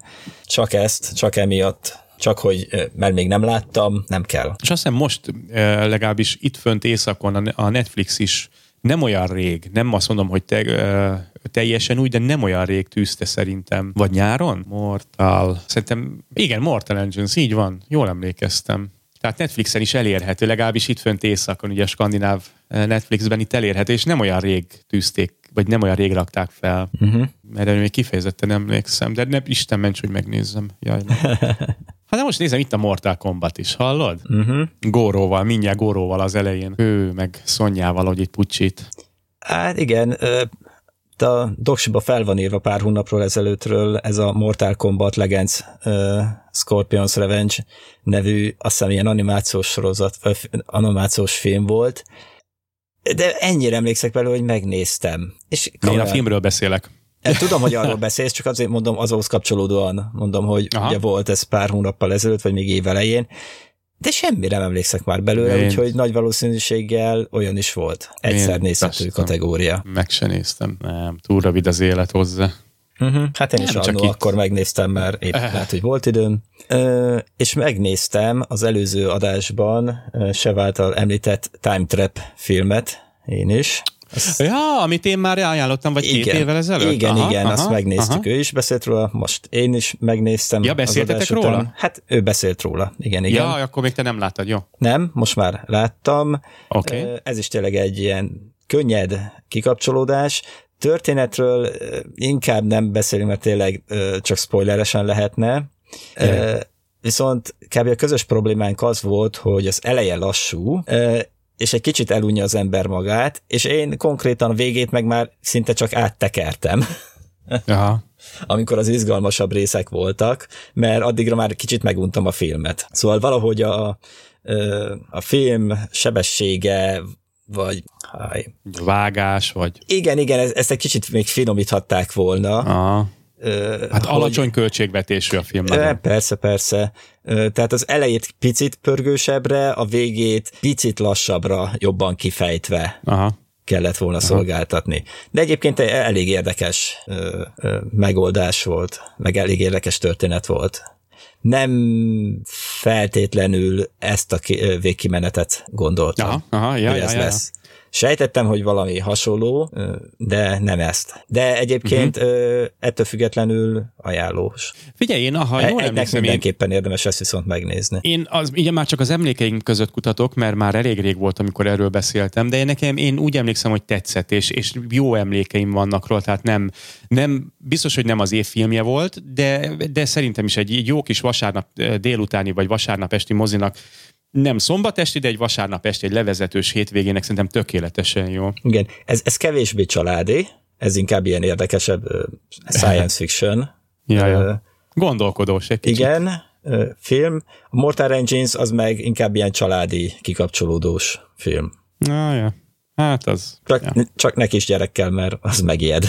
csak emiatt, csak hogy, mert még nem láttam, nem kell. És azt hiszem most legalábbis itt fönt északon a Netflix is nem olyan rég, nem azt mondom, hogy teljesen úgy, de nem olyan rég tűzte szerintem. Vagy nyáron? Szerintem, igen, Mortal Engines, így van, jól emlékeztem. Tehát Netflixen is elérhető, legalábbis itt fönt északon, ugye a skandináv Netflixben itt elérhető, és nem olyan rég tűzték, vagy nem olyan rég rakták fel. Mert még kifejezetten emlékszem, de Isten ments, hogy megnézzem. Jaj, hát de most nézem, itt a Mortal Kombat is, hallod? Góróval, mindjárt Góróval az elején. Ő meg Szonyával, hogy itt pucsit. Hát igen, a doksiba fel van írva pár hónapról ezelőttről ez a Mortal Kombat Legends Scorpion's Revenge nevű, azt hiszem ilyen animációs sorozat, animációs film volt, de ennyire emlékszek belőle, hogy megnéztem. És én a filmről beszélek. Tudom, hogy arról beszélsz, csak azért mondom, azhoz kapcsolódóan mondom, hogy ugye volt ez pár hónappal ezelőtt, vagy még év elején, de semmire nem emlékszek már belőle, úgyhogy nagy valószínűséggel olyan is volt. Egyszer nézhető kategória. Meg se néztem. Nem, túl rövid az élet hozzá. Hát én is annól akkor megnéztem, mert épp lehet, hogy volt időm. És megnéztem az előző adásban Sev által említett Time Trap filmet, én is. Ja, amit én már ajánlottam, vagy 2 évvel ezelőtt? Igen, azt megnéztük, ő is beszélt róla, most én is megnéztem. Ja, beszéltetek róla? Hát ő beszélt róla, igen. Ja, akkor még te nem láttad, jó? Nem, most már láttam. Okay. Ez is tényleg egy ilyen könnyed kikapcsolódás. Történetről inkább nem beszélünk, mert tényleg csak spoileresen lehetne. Viszont kb. A közös problémánk az volt, hogy az eleje lassú, és egy kicsit elunja az ember magát, és én konkrétan a végét meg már szinte csak áttekertem. Aha. Amikor az izgalmasabb részek voltak, mert addigra már kicsit meguntam a filmet. Szóval valahogy a film sebessége, vagy vágás, vagy... Igen, ezt egy kicsit még finomíthatták volna. Aha. Hát alacsony költségvetésű a film. Persze. Tehát az elejét picit pörgősebbre, a végét picit lassabbra, jobban kifejtve kellett volna szolgáltatni. De egyébként elég érdekes megoldás volt, meg elég érdekes történet volt. Nem feltétlenül ezt a végkimenetet gondoltam, hogy ez lesz. Sejtettem, hogy valami hasonló, de nem ezt. De egyébként ettől függetlenül ajánlós. Figyelj, én jól emlékszem, mindenképpen érdemes ezt viszont megnézni. Én ugye már csak az emlékeim között kutatok, mert már elég rég volt, amikor erről beszéltem, de én úgy emlékszem, hogy tetszett, és jó emlékeim vannak róla, tehát nem biztos, hogy nem az év filmje volt, de szerintem is egy jó kis vasárnap délutáni, vagy vasárnap esti mozinak, nem szombat esti, de egy vasárnap esti, egy levezetős hétvégének szerintem tökéletesen jó. Igen, ez kevésbé családi, ez inkább ilyen érdekesebb science fiction. Ja. Gondolkodós egy kicsit. Igen, film. A Mortal Engines az meg inkább ilyen családi, kikapcsolódós film. Ja. Hát az... Csak neki is gyerekkel, mert az megijed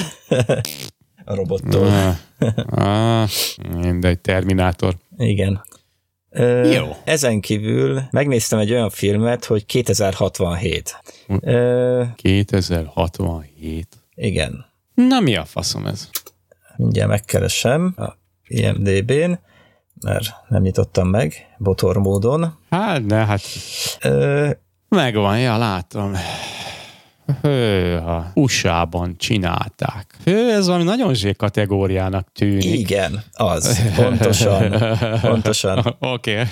a robottól. Mindegy, Terminátor. Igen. Jó. Ezen kívül megnéztem egy olyan filmet, hogy 2067. 2067. Igen. Na mi a faszom ez? Mindjárt megkeresem a IMDb-n, mert nem nyitottam meg botor módon. Hát megvan, ja, látom. Hőha, USA-ban csinálták. Ez valami nagyon zsé kategóriának tűnik. Igen, az. Pontosan. Oké.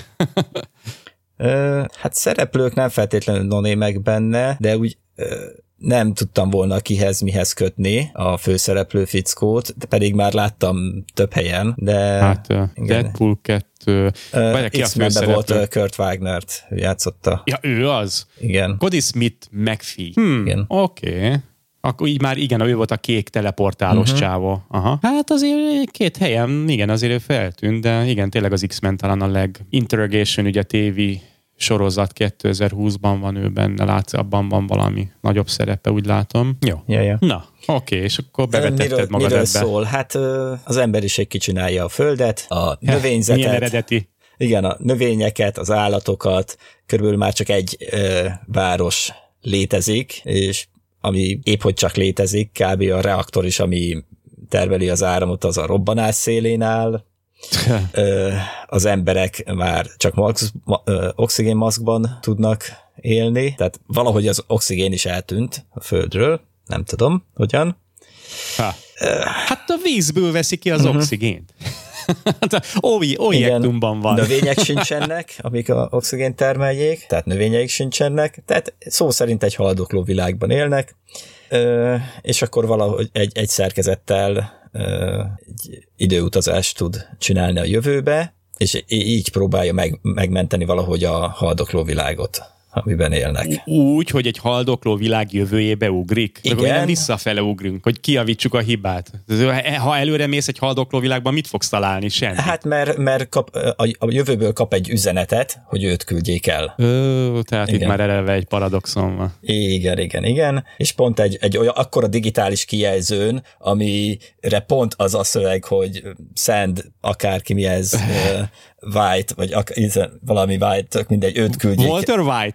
Hát szereplők nem feltétlenül nonémek benne, de úgy nem tudtam volna mihez kötni a főszereplő fickót, de pedig már láttam több helyen, de... Hát Deadpool 2... X-Menben volt Kurt Wagnert, ő játszotta. Ja, ő az? Igen. Cody Smith McPhee. Igen. Oké. Akkor így már igen, ő volt a kék teleportálós csávó. Aha. Hát azért két helyen, igen, azért ő feltűnt, de igen, tényleg az X-Men talán Interrogation, ugye TV sorozat 2020-ban van ő benne, látsz, abban van valami nagyobb szerepe, úgy látom. Jó. Ja. Na, oké, és akkor bevetetted magad miről ebbe. Szól? Hát az emberiség kicsinálja a földet, a növényzetet. Milyen eredeti? Igen, a növényeket, az állatokat, körülbelül már csak egy város létezik, és ami épp hogy csak létezik, kb. A reaktor is, ami termeli az áramot, az a robbanás szélén áll. Az emberek már csak oxigénmaszkban tudnak élni, tehát valahogy az oxigén is eltűnt a Földről, nem tudom, hogyan. Hát a vízből veszi ki az oxigént. Objektumban van. Növények sincsenek, amik az oxigént termeljék, tehát növényeik sincsenek, tehát szó szerint egy haldokló világban élnek, és akkor valahogy egy szerkezettel egy időutazást tud csinálni a jövőbe, és így próbálja megmenteni valahogy a haldokló világot, amiben élnek. Úgy, hogy egy haldokló világ jövőjébe ugrik? Igen. Nem visszafele ugrunk, hogy kijavítsuk a hibát. Ha előre mész egy haldokló világban, mit fogsz találni? Semmi. Hát mert a jövőből kap egy üzenetet, hogy őt küldjék el. Tehát igen. Itt már eleve egy paradoxon van. Igen. És pont egy olyan akkora digitális kijelzőn, amire pont az a szöveg, hogy send akárki mi ez, White, vagy valami White, tök mindegy, őt küldjék. Walter White?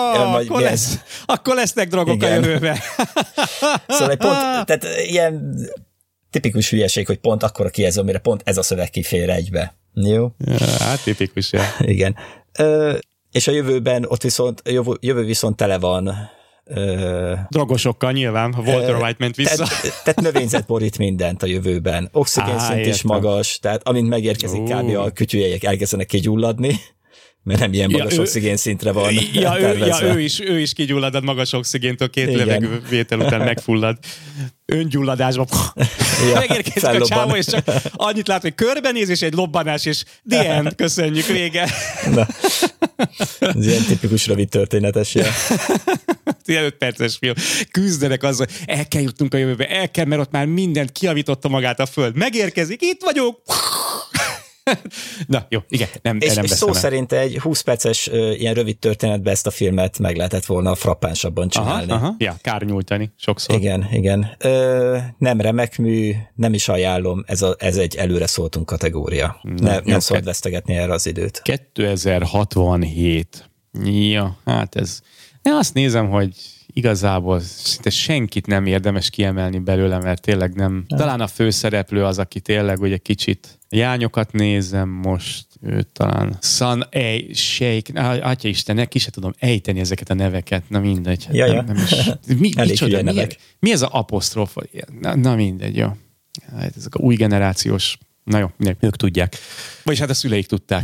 Akkor lesznek drogok a jövőben. Szóval pont, tehát ilyen tipikus hülyeség, hogy pont akkora kijelző, amire pont ez a szöveg kifér egybe. Jó? Ja, hát tipikus, ja. Igen. És a jövőben ott jövő viszont tele van drogosokkal nyilván, ha Walter White ment vissza. Tehát növényzet borít mindent a jövőben. Oxigénszint is magas, tehát amint megérkezik kb. A kütyüjegyek elkezdenek kigyulladni, mert nem ilyen magas oxigénszintre van tervezve. Ő is kigyullad a magas oxigéntől, 2 levegővétel után megfullad. Öngyulladásban. Megérkezik a csávó, és csak annyit lát, hogy körbenéz, és egy lobbanás, és the end, köszönjük, vége. Na. Ez ilyen tipikus rövid történetes jel. 15 perces film. Küzdenek azzal, el kell jutnunk a jövőbe, mert ott már mindent kiavította magát a Föld. Megérkezik, itt vagyok. Na, jó, igen, nem szó szerint egy 20 perces ilyen rövid történetben ezt a filmet meg lehetett volna frappánsabban csinálni. Aha. Ja, kár nyújtani, sokszor. Igen. Nem remek mű, nem is ajánlom, ez egy előre szóltunk kategória. Nem szabad vesztegetni erre az időt. 2067. Ja, hát ez... Én azt nézem, hogy igazából szinte senkit nem érdemes kiemelni belőle, mert tényleg nem. Talán a főszereplő az, aki tényleg ugye kicsit jányokat nézem most, ő talán Sheikh, Atya Isten, ki se tudom ejteni ezeket a neveket, na mindegy. Ja. Nem is. Mi ez a apostrofa? Na mindegy, jó. Hát ezek a új generációs, na jó, ők tudják. Vagyis hát a szüleik tudták.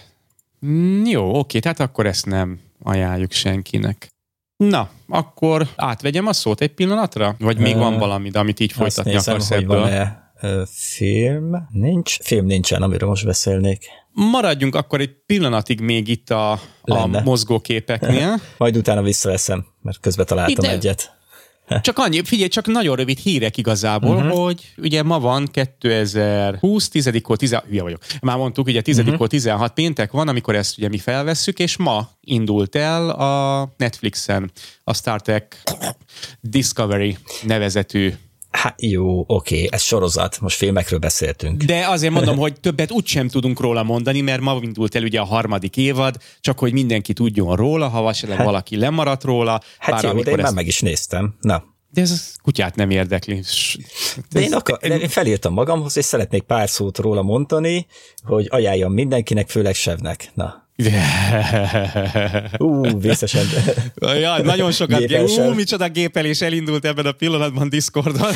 Jó, oké, tehát akkor ezt nem ajánljuk senkinek. Na, akkor átvegyem a szót egy pillanatra? Vagy még van valami, amit így folytatni akarsz ebből? Van-e film? Nincs. Film nincsen, amiről most beszélnék. Maradjunk akkor egy pillanatig még itt a mozgóképeknél. Majd utána visszaveszem, mert közben találtam egyet. Csak annyi, figyelj, csak nagyon rövid hírek igazából, hogy ugye ma van 2020, 10-kor hülye vagyok. Már mondtuk, ugye 10-kor 16 péntek van, amikor ezt ugye mi felvesszük, és ma indult el a Netflixen a Star Trek Discovery nevezetű Hát jó, oké, ez sorozat, most filmekről beszéltünk. De azért mondom, hogy többet úgysem tudunk róla mondani, mert ma indult el ugye a 3. évad, csak hogy mindenki tudjon róla, ha valaki lemaradt róla. Hát jó, de én már meg is néztem. Na. De ez kutyát nem érdekli. De én felírtam magamhoz, és szeretnék pár szót róla mondani, hogy ajánljam mindenkinek, főleg Sevnek. Na. Vészesen. Ja, nagyon sokat micsoda gépelés elindult ebben a pillanatban Discordon.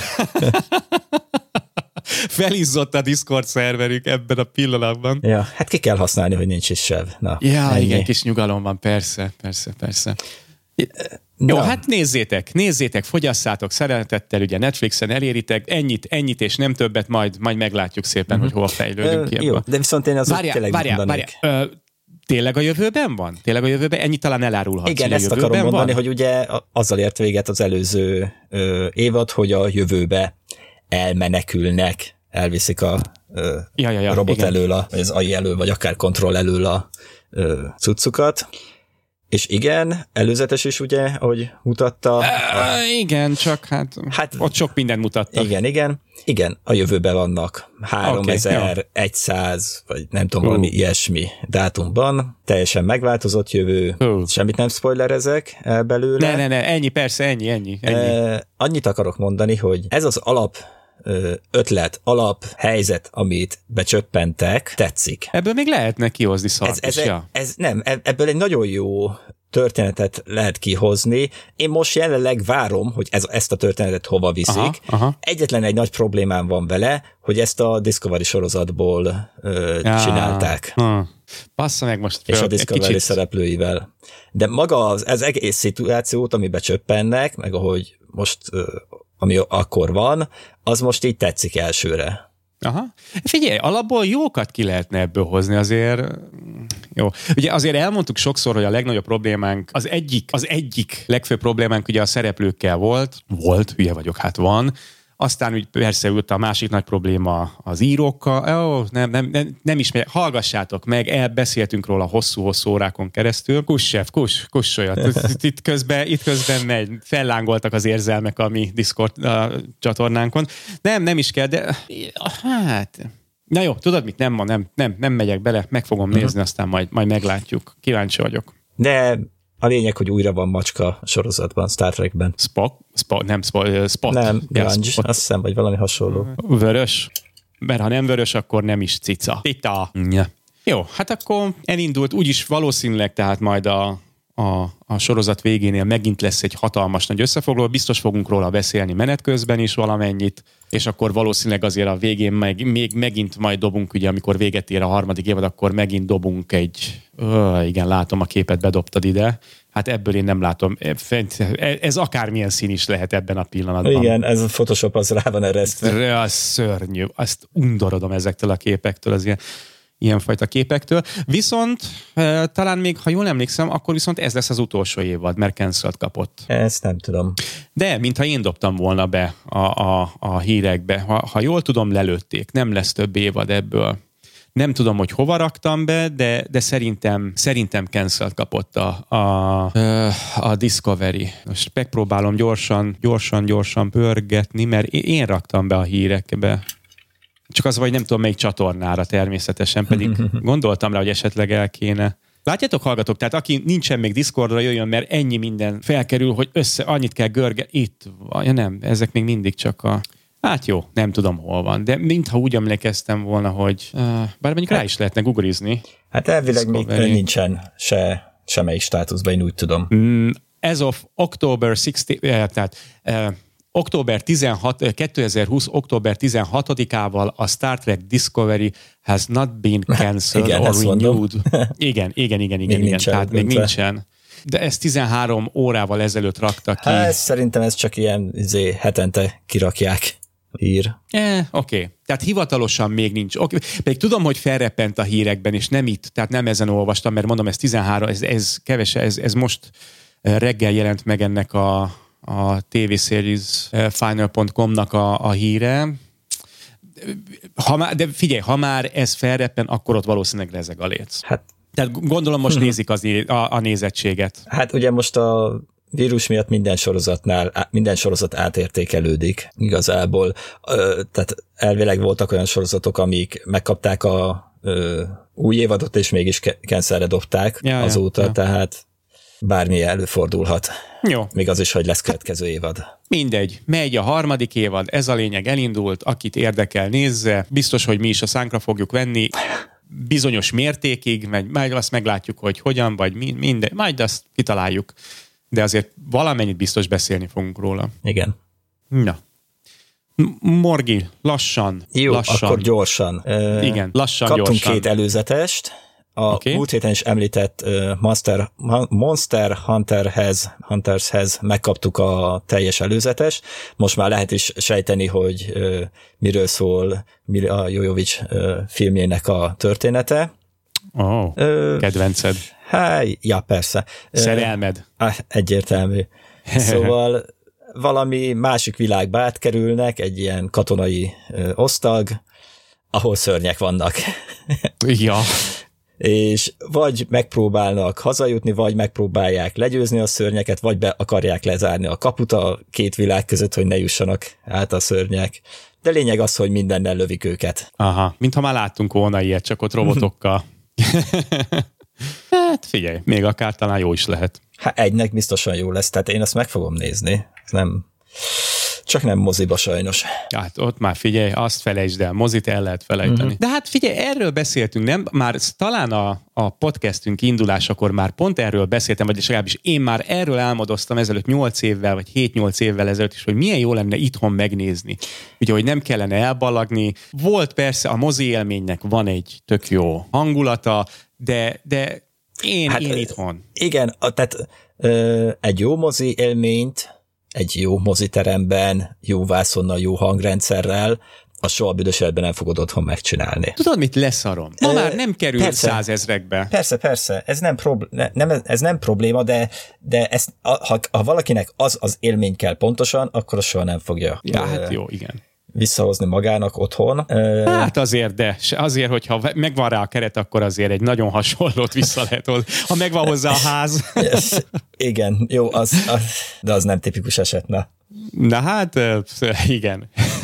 Felizzott a Discord szerverük ebben a pillanatban. Ja, hát ki kell használni, hogy nincs is Sev. Na, ja, ennyi. Igen, kis nyugalom van, persze. Jó, hát nézzétek, fogyasszátok szeretettel, ugye Netflixen eléritek, ennyit és nem többet, majd meglátjuk szépen, hogy hol fejlődünk ki. Jó, de viszont én azért tényleg mondanék. Tényleg a jövőben van? Tényleg a jövőben? Ennyit talán elárulhatsz. Igen, ezt akarom mondani, hogy ugye azzal ért véget az előző évad, hogy a jövőbe elmenekülnek, elviszik a robot igen. Elől, vagy az AI elől, vagy akár kontroll elől a cuccukat. És igen, előzetes is ugye, ahogy mutatta. Igen, csak hát ott sok mindent mutattak. Igen, a jövőben vannak 3100, vagy nem tudom, valami ilyesmi dátumban. Teljesen megváltozott jövő. Semmit nem spoilerezek belőle. Ne, ennyi, persze, ennyi. Annyit akarok mondani, hogy ez az alap helyzet, amit becsöppentek, tetszik. Ebből még lehetne kihozni szart is, ebből egy nagyon jó történetet lehet kihozni. Én most jelenleg várom, hogy ezt a történetet hova viszik. Aha. Egyetlen egy nagy problémám van vele, hogy ezt a Discovery sorozatból csinálták. Passza meg most. És a Discovery szereplőivel. De maga az egész szituációt, amiben csöppennek, meg ahogy most ami akkor van, az most így tetszik elsőre. Aha. Figyelj, alapból jókat ki lehetne ebből hozni azért. Jó. Ugye azért elmondtuk sokszor, hogy a legnagyobb problémánk, az egyik legfőbb problémánk ugye a szereplőkkel volt, hülye vagyok, hát van. Aztán úgy persze a másik nagy probléma az írókkal. Nem is megy. Hallgassátok meg, beszéltünk róla hosszú-hosszú órákon keresztül. Kussoljat. Itt közben megy. Fellángoltak az érzelmek a mi Discord csatornánkon. Nem is kell, de hát... Na jó, tudod mit? Nem megyek bele, meg fogom nézni, aztán majd meglátjuk. Kíváncsi vagyok. De... A lényeg, hogy újra van macska sorozatban, Star Trekben. Spot. Nem, Grunge, azt hiszem, vagy valami hasonló. Vörös. Mert ha nem vörös, akkor nem is cica. Tita. Ja. Jó, hát akkor elindult, úgyis valószínűleg, tehát majd a sorozat végénél megint lesz egy hatalmas nagy összefoglaló, biztos fogunk róla beszélni menet közben is valamennyit, és akkor valószínűleg azért a végén még megint majd dobunk, ugye amikor véget ér a 3. évad, akkor megint dobunk igen, látom a képet, bedobtad ide. Hát ebből én nem látom. Ez akármilyen szín is lehet ebben a pillanatban. Igen, ez a Photoshop az rá van eresztve. Az szörnyű. Azt undorodom ezektől a képektől, az ilyenfajta képektől. Viszont talán még, ha jól emlékszem, akkor viszont ez lesz az utolsó évad, mert cancelt kapott. Ezt nem tudom. De, mintha én dobtam volna be a hírekbe. Ha jól tudom, lelőtték. Nem lesz több évad ebből. Nem tudom, hogy hova raktam be, de szerintem cancelt kapott a Discovery. Most megpróbálom gyorsan pörgetni, mert én raktam be a hírekbe. Csak az, hogy nem tudom melyik csatornára természetesen, pedig gondoltam rá, hogy esetleg el kéne. Látjátok, hallgatók, tehát aki nincsen még Discordra, jöjjön, mert ennyi minden felkerül, hogy annyit kell itt. Ja nem, ezek még mindig csak hát jó, nem tudom hol van, de mintha úgy emlékeztem volna, hogy bár mondjuk rá is lehetne googlizni. Hát elvileg még nincsen semmelyik státuszban, én úgy tudom. As of October 16, tehát 2020. október 16-ával a Star Trek Discovery has not been cancelled igen, or renewed. Igen. Tehát még nincsen. De ezt 13 órával ezelőtt raktak ki. Hát szerintem ez csak ilyen hetente kirakják. Hír. Oké. Tehát hivatalosan még nincs. Pedig tudom, hogy felreppent a hírekben, és nem itt, tehát nem ezen olvastam, mert mondom, ez 13, ez keves, ez most reggel jelent meg ennek a TV-series final.com-nak a híre. De figyelj, ha már ez felreppen, akkor ott valószínűleg rezeg a léc. Hát, tehát gondolom most nézik a nézettséget. Hát ugye most a vírus miatt minden sorozat átértékelődik igazából. Tehát elvileg voltak olyan sorozatok, amik megkapták a új évadot, és mégis cancelre dobták azóta, tehát bármi előfordulhat. Jó. Még az is, hogy lesz következő évad. Mindegy, megy a harmadik évad, ez a lényeg, elindult, akit érdekel, nézze. Biztos, hogy mi is a szánkra fogjuk venni bizonyos mértékig, majd azt meglátjuk, hogy hogyan, vagy minden, majd azt kitaláljuk. De azért valamennyit biztos beszélni fogunk róla. Igen. Na. Morgi, lassan. Jó, akkor gyorsan. Igen, lassan, kaptunk gyorsan. 2 előzetest. Múlt héten is említett Monster Huntershez megkaptuk a teljes előzetes. Most már lehet is sejteni, hogy miről szól a Jojovic filmjének a története. Kedvenced. Ja, persze. Szerelmed. Egyértelmű. Szóval valami másik világba átkerülnek, egy ilyen katonai osztag, ahol szörnyek vannak. Ja. És vagy megpróbálnak hazajutni, vagy megpróbálják legyőzni a szörnyeket, vagy be akarják lezárni a kaput a 2 világ között, hogy ne jussanak át a szörnyek. De lényeg az, hogy mindennel lövik őket. Aha, mintha már láttunk volna ilyet, csak ott robotokkal. Hát figyelj, még akár talán jó is lehet. Egynek biztosan jó lesz, tehát én ezt meg fogom nézni. Csak nem moziba sajnos. Hát ott már figyelj, azt felejtsd el, mozit el lehet felejteni. De hát figyelj, erről beszéltünk, nem? Már talán a podcastünk indulásakor már pont erről beszéltem, vagy legalábbis én már erről álmodoztam ezelőtt 8 évvel, vagy 7-8 évvel ezelőtt is, hogy milyen jó lenne itthon megnézni. Ugye, hogy nem kellene elballagni. Volt persze, a mozi élménynek van egy tök jó hangulata, de én itthon. Igen, tehát egy jó mozi élményt egy jó moziteremben, jó vászonnal, jó hangrendszerrel, azt soha büdös életben nem fogod otthon megcsinálni. Tudod, mit leszarom? Ma már nem kerül 100 000-ekbe. Persze, ez nem probléma, de ezt, ha valakinek az élmény kell pontosan, akkor az soha nem fogja. Ja, hát jó, igen. Visszahozni magának otthon. Hát azért, hogyha megvan rá a keret, akkor azért egy nagyon hasonlót vissza lehet hozni. Ha megvan hozzá a ház. Igen, jó, de az nem tipikus eset, na. Na hát, igen.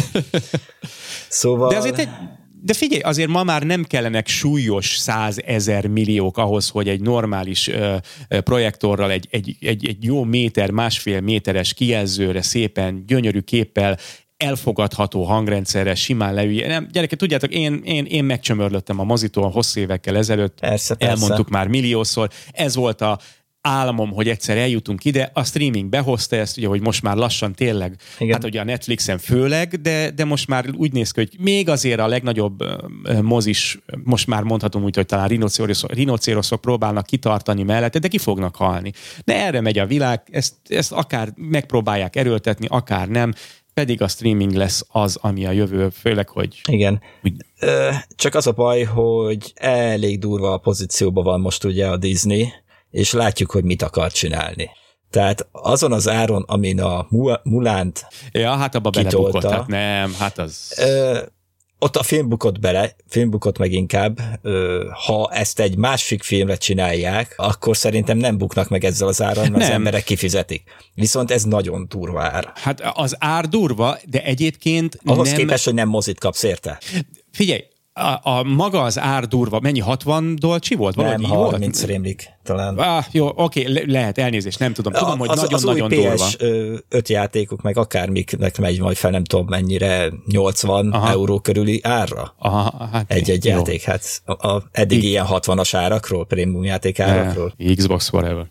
Szóval... De figyelj, azért ma már nem kellenek súlyos 100 000 milliók ahhoz, hogy egy normális projektorral egy jó másfél méteres kijelzőre szépen, gyönyörű képpel elfogadható hangrendszerre simán leülje. Nem, gyerekek, tudjátok, én megcsömörlöttem a mozitól hosszú évekkel ezelőtt. Persze. Elmondtuk már milliószor. Ez volt a álmom, hogy egyszer eljutunk ide. A streaming behozta ezt, ugye, hogy most már lassan tényleg, igen. Hát ugye a Netflixen főleg, de most már úgy néz ki, hogy még azért a legnagyobb mozis, most már mondhatom úgy, hogy talán rinocéroszok próbálnak kitartani mellette, de ki fognak halni. De erre megy a világ, ezt akár megpróbálják erőltetni, akár nem, pedig a streaming lesz az, ami a jövő, főleg, hogy... Igen. Csak az a baj, hogy elég durva a pozícióban van most ugye a Disney, és látjuk, hogy mit akar csinálni. Tehát azon az áron, amin a Mulánt hát abba belebukott, hát nem, hát az... Ott a film bukott meg inkább, ha ezt egy másik filmre csinálják, akkor szerintem nem buknak meg ezzel az áron, mert az emberek kifizetik. Viszont ez nagyon durva ár. Hát az ár durva, de egyébként ahhoz képest, hogy nem mozit kapsz érte. Figyelj, a maga az ár durva, mennyi, 60 dolcsi volt? Nem, 30 rémlik talán. Jó, oké, lehet, elnézést, nem tudom. Tudom, hogy nagyon-nagyon durva. Az új PS5 játékok, meg akármiknek megy majd fel, nem tudom mennyire, 80 euró körüli árra. Hát egy játék, hát eddig ilyen 60-as árakról, prémium játék árakról. Xbox whatever.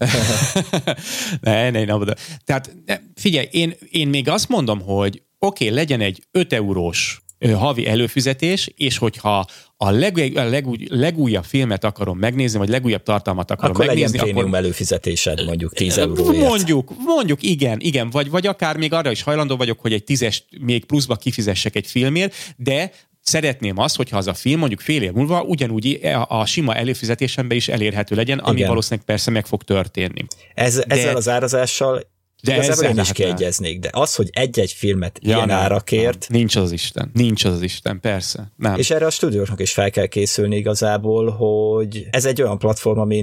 ne. Tehát figyelj, én még azt mondom, hogy oké, legyen egy 5 eurós havi előfizetés, és hogyha a legújabb filmet akarom megnézni, vagy legújabb tartalmat akarom akkor megnézni, legyen prémium előfizetésed, mondjuk 10 euróért. Mondjuk, igen, vagy akár még arra is hajlandó vagyok, hogy egy 10-es még pluszba kifizessek egy filmért, de szeretném azt, hogyha az a film mondjuk fél év múlva ugyanúgy a sima előfizetésemben is elérhető legyen, ami valószínűleg persze meg fog történni. Ezzel az árazással igazából én is kiegyeznék, de az, hogy egy-egy filmet ilyen árakért... Nincs az Isten, persze. Nem. És erre a stúdióknak is fel kell készülni igazából, hogy ez egy olyan platform,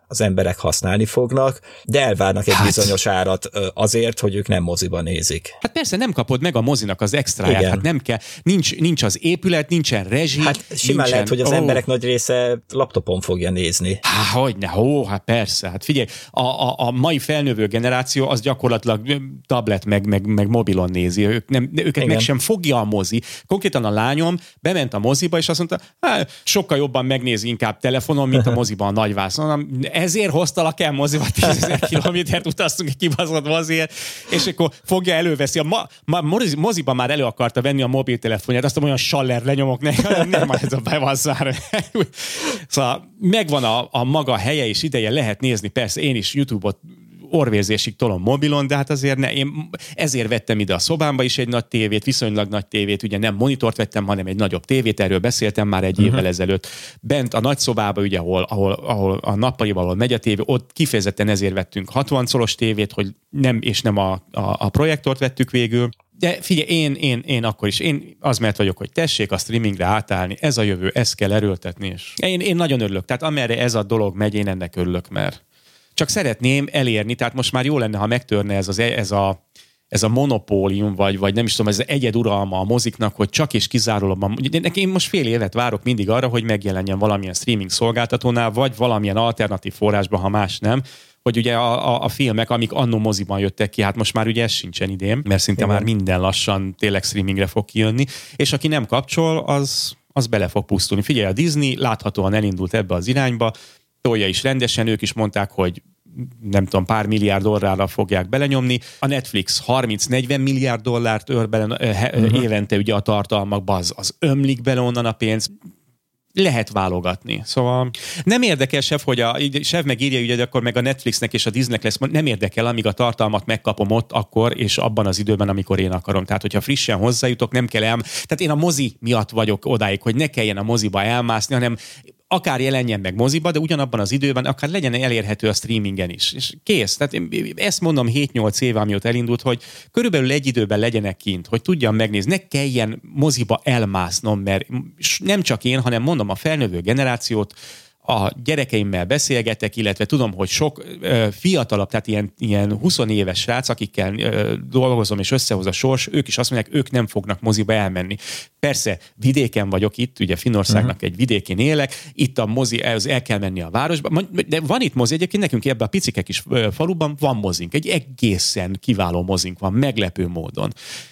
az emberek használni fognak, de elvárnak egy bizonyos árat azért, hogy ők nem moziban nézik. Hát persze nem kapod meg a mozinak az extráját, hát nem kell, nincs az épület, nincsen rezsi. Hát simán lehet, hogy az emberek nagy része laptopon fogja nézni. Hogyne, hát persze, hát figyelj, a mai felnövő generáció az gyakorlatilag tablet meg mobilon nézi, őket meg sem fogja a mozi. Konkrétan a lányom bement a moziba, és azt mondta, sokkal jobban megnézi inkább telefonon, mint a moziban a nagyvászon. Ezért hoztalak el moziba, 10 000 kilométert utaztunk egy kibaszott moziért, és akkor fogja, előveszi. Moziban már elő akarta venni a mobiltelefonját, azt olyan saller lenyomok, nem ez a bevasszár. Szóval megvan a maga helye és ideje, lehet nézni, persze én is YouTube-ot orvérzésig tolom mobilon, de hát azért én ezért vettem ide a szobámba is egy nagy tévét, viszonylag nagy tévét, ugye nem monitort vettem, hanem egy nagyobb tévét, erről beszéltem már egy évvel ezelőtt. Bent a nagy szobába, ugye, ahol a nappalival, ahol megy a tévé, ott kifejezetten ezért vettünk 60 szoros tévét, hogy nem a projektort vettük végül. De figyelj, én akkor is, én az mert vagyok, hogy tessék a streamingre átállni, ez a jövő, ezt kell erőltetni, és én nagyon örülök. Tehát amerre ez a dolog megy, én ennek örülök, mert csak szeretném elérni, tehát most már jó lenne, ha megtörne ez a monopólium, vagy nem is tudom, ez az egyeduralma a moziknak, hogy csak és kizárólag. Én most fél évet várok mindig arra, hogy megjelenjen valamilyen streaming szolgáltatónál, vagy valamilyen alternatív forrásban, ha más nem, hogy ugye a filmek, amik annó moziban jöttek ki, hát most már ugye ez sincsen idén, mert szinte már minden lassan tényleg streamingre fog kijönni, és aki nem kapcsol, az bele fog pusztulni. Figyelj, a Disney láthatóan elindult ebbe az irányba, tolja is rendesen, ők is mondták, hogy nem tudom, pár milliárd dollárra fogják belenyomni. A Netflix 30-40 milliárd dollárt öl bele évente ugye a tartalmakba, az ömlik bele onnan a pénz. Lehet válogatni. Szóval nem érdekel, hogy a Sev megírja, ugye, akkor meg a Netflixnek és a Disneynek lesz, nem érdekel, amíg a tartalmat megkapom ott akkor, és abban az időben, amikor én akarom. Tehát, hogyha frissen hozzájutok, nem kell tehát én a mozi miatt vagyok odáig, hogy ne kelljen a moziba elmászni, hanem akár jelenjen meg moziba, de ugyanabban az időben akár legyen elérhető a streamingen is. És kész. Tehát én ezt mondom 7-8 éve, amióta elindult, hogy körülbelül egy időben legyenek kint, hogy tudjam megnézni, ne kelljen moziba elmásznom, mert nem csak én, hanem mondom a felnövő generációt, a gyerekeimmel beszélgetek, illetve tudom, hogy sok fiatalabb, tehát ilyen 20 éves srác, akikkel dolgozom és összehoz a sors, ők is azt mondják, ők nem fognak moziba elmenni. Persze, vidéken vagyok itt, ugye Finnországnak egy vidékén élek, itt a mozi, el kell menni a városba, de van itt mozi, egyébként nekünk ebben a picike kis faluban van mozink, egy egészen kiváló mozink van, meglepő módon.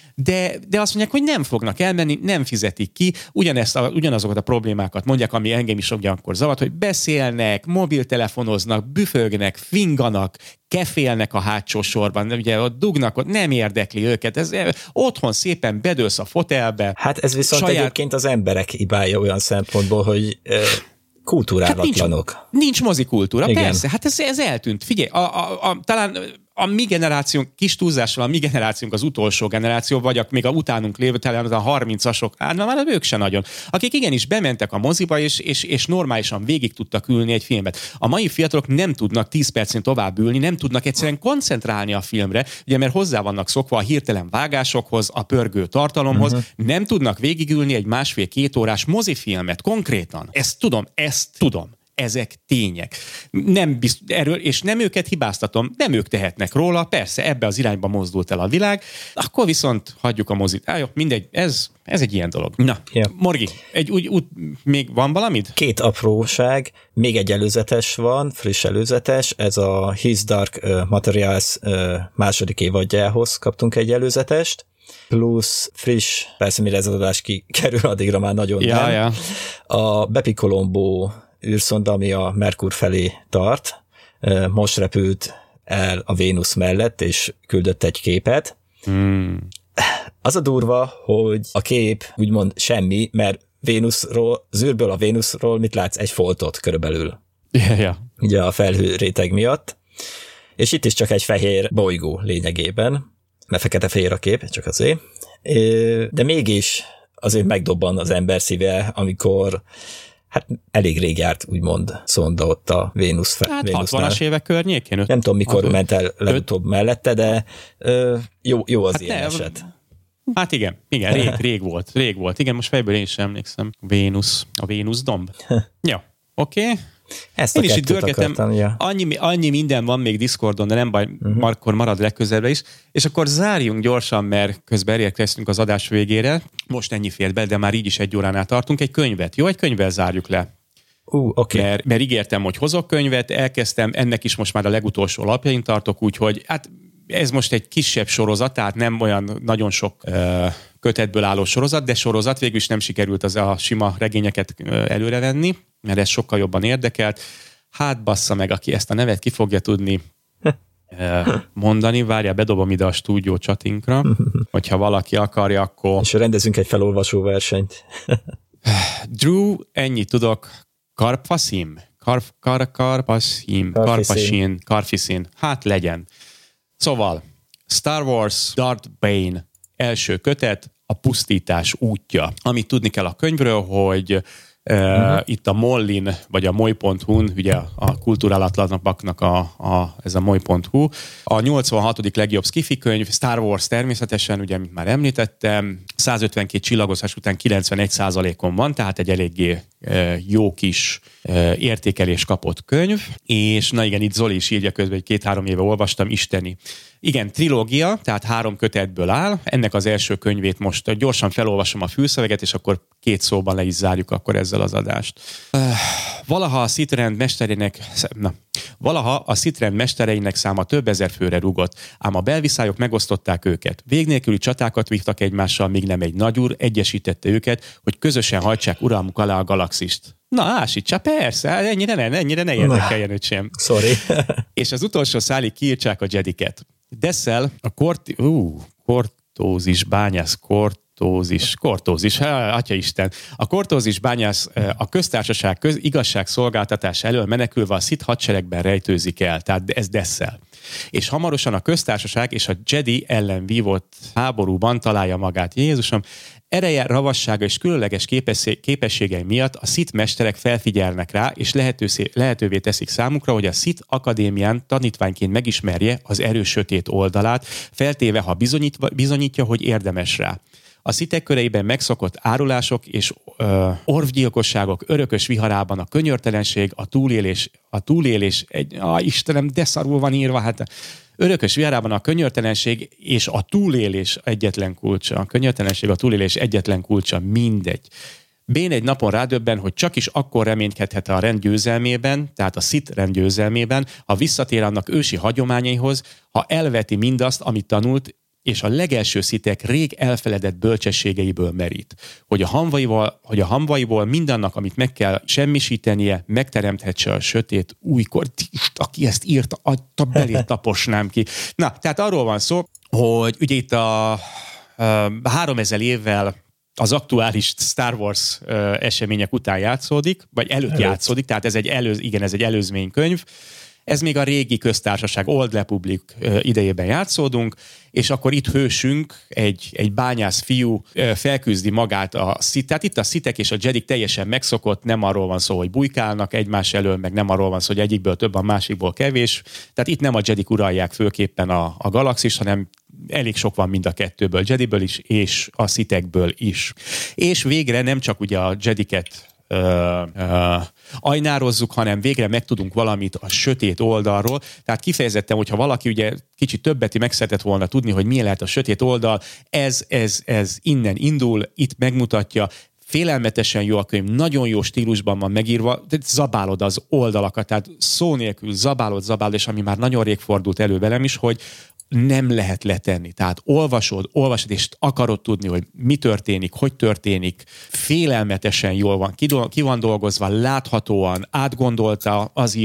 De azt mondják, hogy nem fognak elmenni, nem fizetik ki, ugyanazokat a problémákat mondják, ami engem is ugyanakkor zavart, hogy beszélnek, mobiltelefonoznak, büfögnek, finganak, kefélnek a hátsó sorban, ugye ott dugnak, ott nem érdekli őket, ez otthon szépen bedőlsz a fotelbe. Hát ez viszont egyébként az emberek hibája olyan szempontból, hogy kulturálatlanok. Hát nincs mozikultúra, persze, hát ez eltűnt. Figyelj, talán a mi generációnk, kis túlzással a mi generációnk az utolsó generáció, vagy még a utánunk lévő, talán a 30-asok, már ők se nagyon, akik igenis bementek a moziba, és normálisan végig tudtak ülni egy filmet. A mai fiatalok nem tudnak 10 percen tovább ülni, nem tudnak egyszerűen koncentrálni a filmre, ugye mert hozzá vannak szokva a hirtelen vágásokhoz, a pörgő tartalomhoz, nem tudnak végigülni egy 1,5-2 órás mozifilmet konkrétan. Ezt tudom. Ezek tények. Nem erről, és nem őket hibáztatom, nem ők tehetnek róla, persze ebbe az irányba mozdult el a világ, akkor viszont hagyjuk a mozit. Jó, mindegy, ez egy ilyen dolog. Na, Morgi, még van valamit? 2 apróság, még egy előzetes van, friss előzetes, ez a His Dark Materials második évadjához kaptunk egy előzetest, plusz friss, persze mire ez az adás kikerül, addigra már nagyon nem. Ja. A Bepi Colombo űrszonda, ami a Merkur felé tart, most repült el a Vénusz mellett, és küldött egy képet. Az a durva, hogy a kép úgymond semmi, mert Vénuszról, az űrből a Vénuszról mit látsz? Egy foltot körülbelül. Yeah. Ugye a felhő réteg miatt. És itt is csak egy fehér bolygó lényegében, mert fekete-fehér a kép, csak azért. De mégis azért megdobban az ember szíve, amikor hát elég rég járt, úgymond, szonda ott a Vénusznál. Hát 60-as évek környékén. Nem tudom, mikor ment el legutóbb mellette, de jó az ilyen eset. Hát igen, rég volt. Igen, most fejből én is emlékszem. A Vénusz domb. Jó, oké. Ezt én a is itt kettőt akartam, ja. annyi minden van még Discordon, de nem baj, akkor marad legközelebb is. És akkor zárjunk gyorsan, mert közben elérkeztünk az adás végére. Most ennyi fért be, de már így is 1 óránál tartunk. Egy könyvet. Jó, egy könyvvel zárjuk le. Okay. Mert ígértem, hogy hozok könyvet, elkezdtem, ennek is most már a legutolsó lapjain tartok, úgyhogy hát ez most egy kisebb sorozat, tehát nem olyan nagyon sok kötetből álló sorozat, de sorozat, végül is nem sikerült az a sima regényeket előrevenni, mert ez sokkal jobban érdekelt. Hát bassza meg, aki ezt a nevet ki fogja tudni mondani, várjál, bedobom ide a stúdió csatinkra, hogyha valaki akarja, akkor... És rendezünk egy felolvasó versenyt. Drew, ennyit tudok, Karpfaszim? Karpfaszin. Hát legyen. Szóval, Star Wars Darth Bane első kötet, a pusztítás útja. Amit tudni kell a könyvről, hogy itt a Mollin, vagy a moly.hu-n, ugye a kulturálatlanoknak ez a moly.hu, a 86. legjobb sci-fi könyv, Star Wars természetesen, ugye, mint már említettem, 152 csillagozás után 91%-on van, tehát egy eléggé jó kis értékelés kapott könyv, és na igen, itt Zoli is írja közben, hogy 2-3 éve olvastam, isteni. Igen, trilógia, tehát 3 kötetből áll. Ennek az első könyvét most gyorsan felolvasom a fülszöveget, és akkor 2 szóban le is zárjuk akkor ezzel az adást. Valaha a Sith-rend mestereinek száma több ezer főre rúgott, ám a belviszályok megosztották őket. Vég nélküli csatákat vívtak egymással, míg nem egy nagyúr egyesítette őket, hogy közösen hajtsák uralmuk alá a galaxist. Na, ásítsa, persze, ennyire ne érdekeljen őt sem. Sorry. És az utolsó szálig kiírtsák a Jediket. Dessel a kortózis bányász, atyaisten. A kortózis bányász a köztársaság igazságszolgáltatás elől menekülve a Sith hadseregben rejtőzik el, tehát ez Dessel. És hamarosan a köztársaság és a Jedi ellen vívott háborúban találja magát. Jézusom, ereje, ravassága és különleges képességei miatt a Sith mesterek felfigyelnek rá, és lehetővé teszik számukra, hogy a Sith akadémián tanítványként megismerje az erős sötét oldalát, feltéve, ha bizonyítja, hogy érdemes rá. A Sithek köreiben megszokott árulások és orvgyilkosságok örökös viharában a könyörtelenség, a túlélés Istenem, de szarul van írva, hát örökös viharában a könyörtelenség és a túlélés egyetlen kulcsa. A könyörtelenség, a túlélés egyetlen kulcsa, mindegy. Bane egy napon rádöbben, hogy csak is akkor reménykedhet a rend győzelmében, tehát a Sith rend győzelmében, ha visszatér annak ősi hagyományaihoz, ha elveti mindazt, amit tanult, és a legelső Sithek rég elfeledett bölcsességeiből merít. Hogy a hamvaiból mindannak, amit meg kell semmisítenie, megteremthetse a sötét újkor. Aki ezt írta, a belét taposnám ki. Na, tehát arról van szó, hogy ugye itt a 3000 évvel az aktuális Star Wars események után játszódik, vagy előtt játszódik, tehát ez egy előzménykönyv. Ez még a régi köztársaság, Old Republic idejében játszódunk, és akkor itt hősünk, egy bányász fiú felküzdi magát a Sith. Tehát itt a Sithek és a Jedik teljesen megszokott, nem arról van szó, hogy bujkálnak egymás elől, meg nem arról van szó, hogy egyikből több, a másikból kevés. Tehát itt nem a Jedik uralják főképpen a galaxis, hanem elég sok van mind a kettőből, Jediből is, és a Sithekből is. És végre nem csak ugye a Jediket ajnározzuk, hanem végre megtudunk valamit a sötét oldalról. Tehát kifejezetten, hogyha valaki ugye kicsit többet meg szeretett volna tudni, hogy milyen lehet a sötét oldal, ez innen indul, itt megmutatja, félelmetesen jó a könyv, nagyon jó stílusban van megírva, de zabálod az oldalakat, tehát szó nélkül zabálod, és ami már nagyon rég fordult elő velem is, hogy nem lehet letenni. Tehát olvasod, és akarod tudni, hogy mi történik, hogy történik. Félelmetesen jól van, ki van dolgozva, láthatóan átgondolta az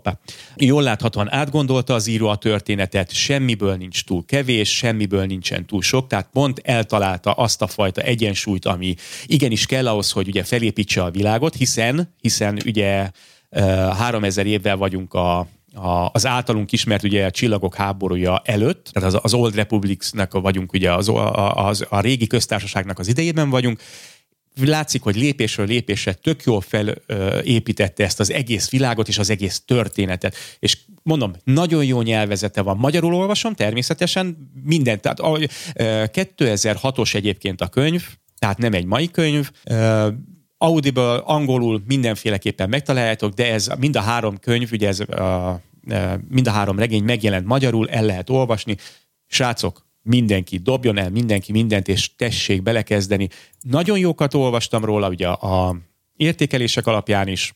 író a történetet, semmiből nincs túl kevés, semmiből nincsen túl sok, tehát pont eltalálta azt a fajta egyensúlyt, ami igenis kell ahhoz, hogy ugye felépítse a világot, hiszen ugye 3000 évvel vagyunk az általunk ismert ugye a Csillagok háborúja előtt, tehát az Old Republic-nek vagyunk, ugye a régi köztársaságnak az idejében vagyunk. Látszik, hogy lépésről lépésre tök jól felépítette ezt az egész világot és az egész történetet. És mondom, nagyon jó nyelvezete van. Magyarul olvasom természetesen mindent. Tehát 2006-os egyébként a könyv, tehát nem egy mai könyv. Audible, angolul mindenféleképpen megtaláljátok, de ez mind a 3 könyv, ugye ez mind a 3 regény megjelent magyarul, el lehet olvasni. Srácok, mindenki dobjon el, mindenki mindent, és tessék belekezdeni. Nagyon jókat olvastam róla, ugye a értékelések alapján is,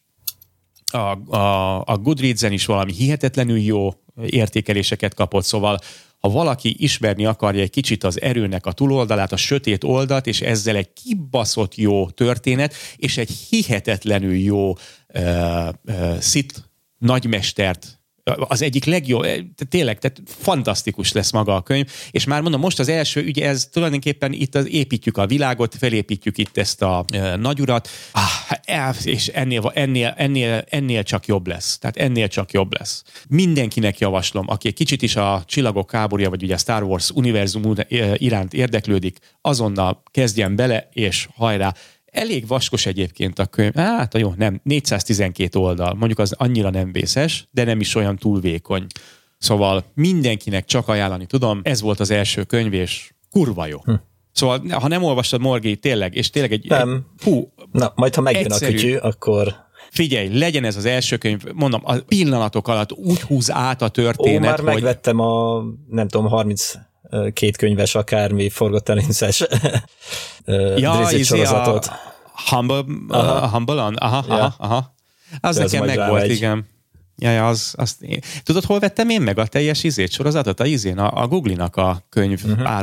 a Goodreads-en is valami hihetetlenül jó értékeléseket kapott, szóval ha valaki ismerni akarja egy kicsit az erőnek a túloldalát, a sötét oldalt, és ezzel egy kibaszott jó történet, és egy hihetetlenül jó Sith nagymestert, az egyik legjobb, tényleg, tehát fantasztikus lesz maga a könyv, és már mondom, most az első, ugye ez tulajdonképpen itt építjük a világot, felépítjük itt ezt a nagyurat, és ennél csak jobb lesz. Tehát ennél csak jobb lesz. Mindenkinek javaslom, aki egy kicsit is a Csillagok háborúja, vagy ugye a Star Wars univerzum iránt érdeklődik, azonnal kezdjen bele, és hajrá. Elég vaskos egyébként a könyv. Jó, nem, 412 oldal. Mondjuk az annyira nem vészes, de nem is olyan túl vékony. Szóval mindenkinek csak ajánlani tudom. Ez volt az első könyv, és kurva jó. Szóval, ha nem olvastad, Morgi, tényleg, és tényleg egy... Nem. Na, majd ha megjön egyszerű, a kütyű, akkor... Figyelj, legyen ez az első könyv, mondom, a pillanatok alatt úgy húz át a történet, már megvettem a, nem tudom, 32 könyves akármi Forgotten Princess Drizzt sorozatot. Humble-on? Aha. Az nekem meg volt, igen. Ja, azt én. Tudod, hol vettem én meg a teljes sorozatot? A Google-nak a könyv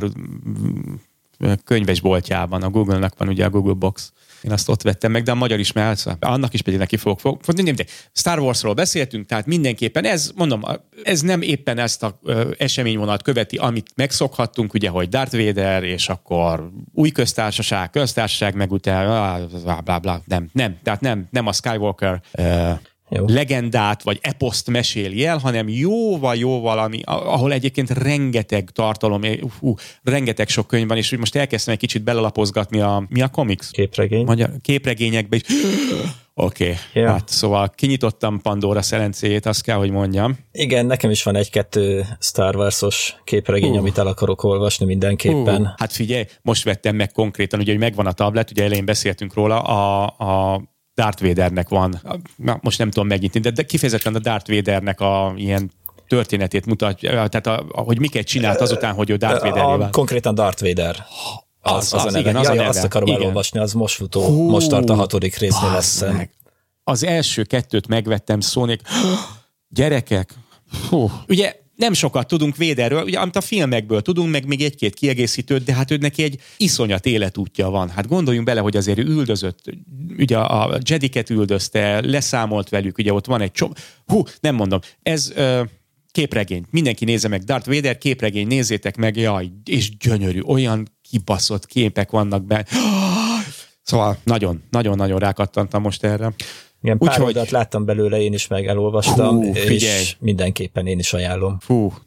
könyvesboltjában. A Google-nak van ugye a Google Box. Én azt ott vettem meg, de a magyar ismerhetsz. Annak is pedig neki fogok. Star Warsról beszéltünk, tehát mindenképpen ez nem éppen ezt az eseményvonalat követi, amit megszokhattunk, ugye, hogy Darth Vader, és akkor új köztársaság, meg utána, bla. Nem. Tehát nem a Skywalker legendát, vagy eposzt meséli el, hanem jóval, ami, ahol egyébként rengeteg tartalom, rengeteg sok könyv van, és most elkezdtem egy kicsit belelapozgatni mi a comics? Képregényekbe is. Oké. Hát szóval kinyitottam Pandora szelencéjét, azt kell, hogy mondjam. Igen, nekem is van 1-2 Star Wars-os képregény, amit el akarok olvasni mindenképpen. Hát figyelj, most vettem meg konkrétan, ugye, hogy megvan a tablet, ugye elején beszéltünk róla, a Darth Vadernek van, most nem tudom megnyitni, de kifejezetten a Darth Vadernek a ilyen történetét mutatja, tehát hogy miket csinált azután, hogy ő Darth Vaderé vált. Konkrétan Darth Vader. Az a neve. Igen, azt akarom elolvasni, az most futó, most tart a 6. résznél lesz. Az első 2 megvettem, Sonic. Gyerekek, ugye nem sokat tudunk Vaderről, ugye, amit a filmekből tudunk, meg még 1-2 kiegészítőt, de hát ő neki egy iszonyat életútja van. Hát gondoljunk bele, hogy azért ő üldözött, ugye a Jediket üldözte, leszámolt velük, ugye ott van egy nem mondom, ez képregény. Mindenki nézze meg Darth Vader, képregény, nézzétek meg, jaj, és gyönyörű, olyan kibaszott képek vannak benne. Szóval nagyon rákattantam most erre. Igen, pár oldalt láttam belőle, én is meg elolvastam, és mindenképpen én is ajánlom.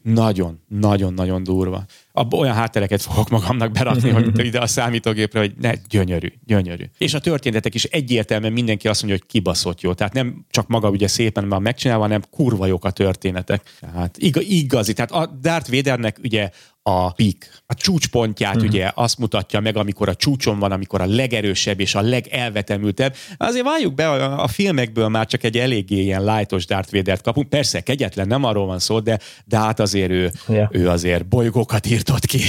Nagyon durva. Olyan háttereket fogok magamnak berakni, hogy ide a számítógépre, hogy gyönyörű. És a történetek is egyértelműen mindenki azt mondja, hogy kibaszott jó. Tehát nem csak maga ugye szépen már megcsinálva, hanem kurva jók a történetek. Tehát igazi. Tehát a Darth Vadernek ugye a peak, a csúcspontját ugye azt mutatja meg, amikor a csúcson van, amikor a legerősebb és a legelvetemültebb. Azért valljuk be, a filmekből már csak egy eléggé ilyen lightos Darth Vadert kapunk. Persze kegyetlen, nem arról van szó, de hát azért ő azért bolygókat írtott ki.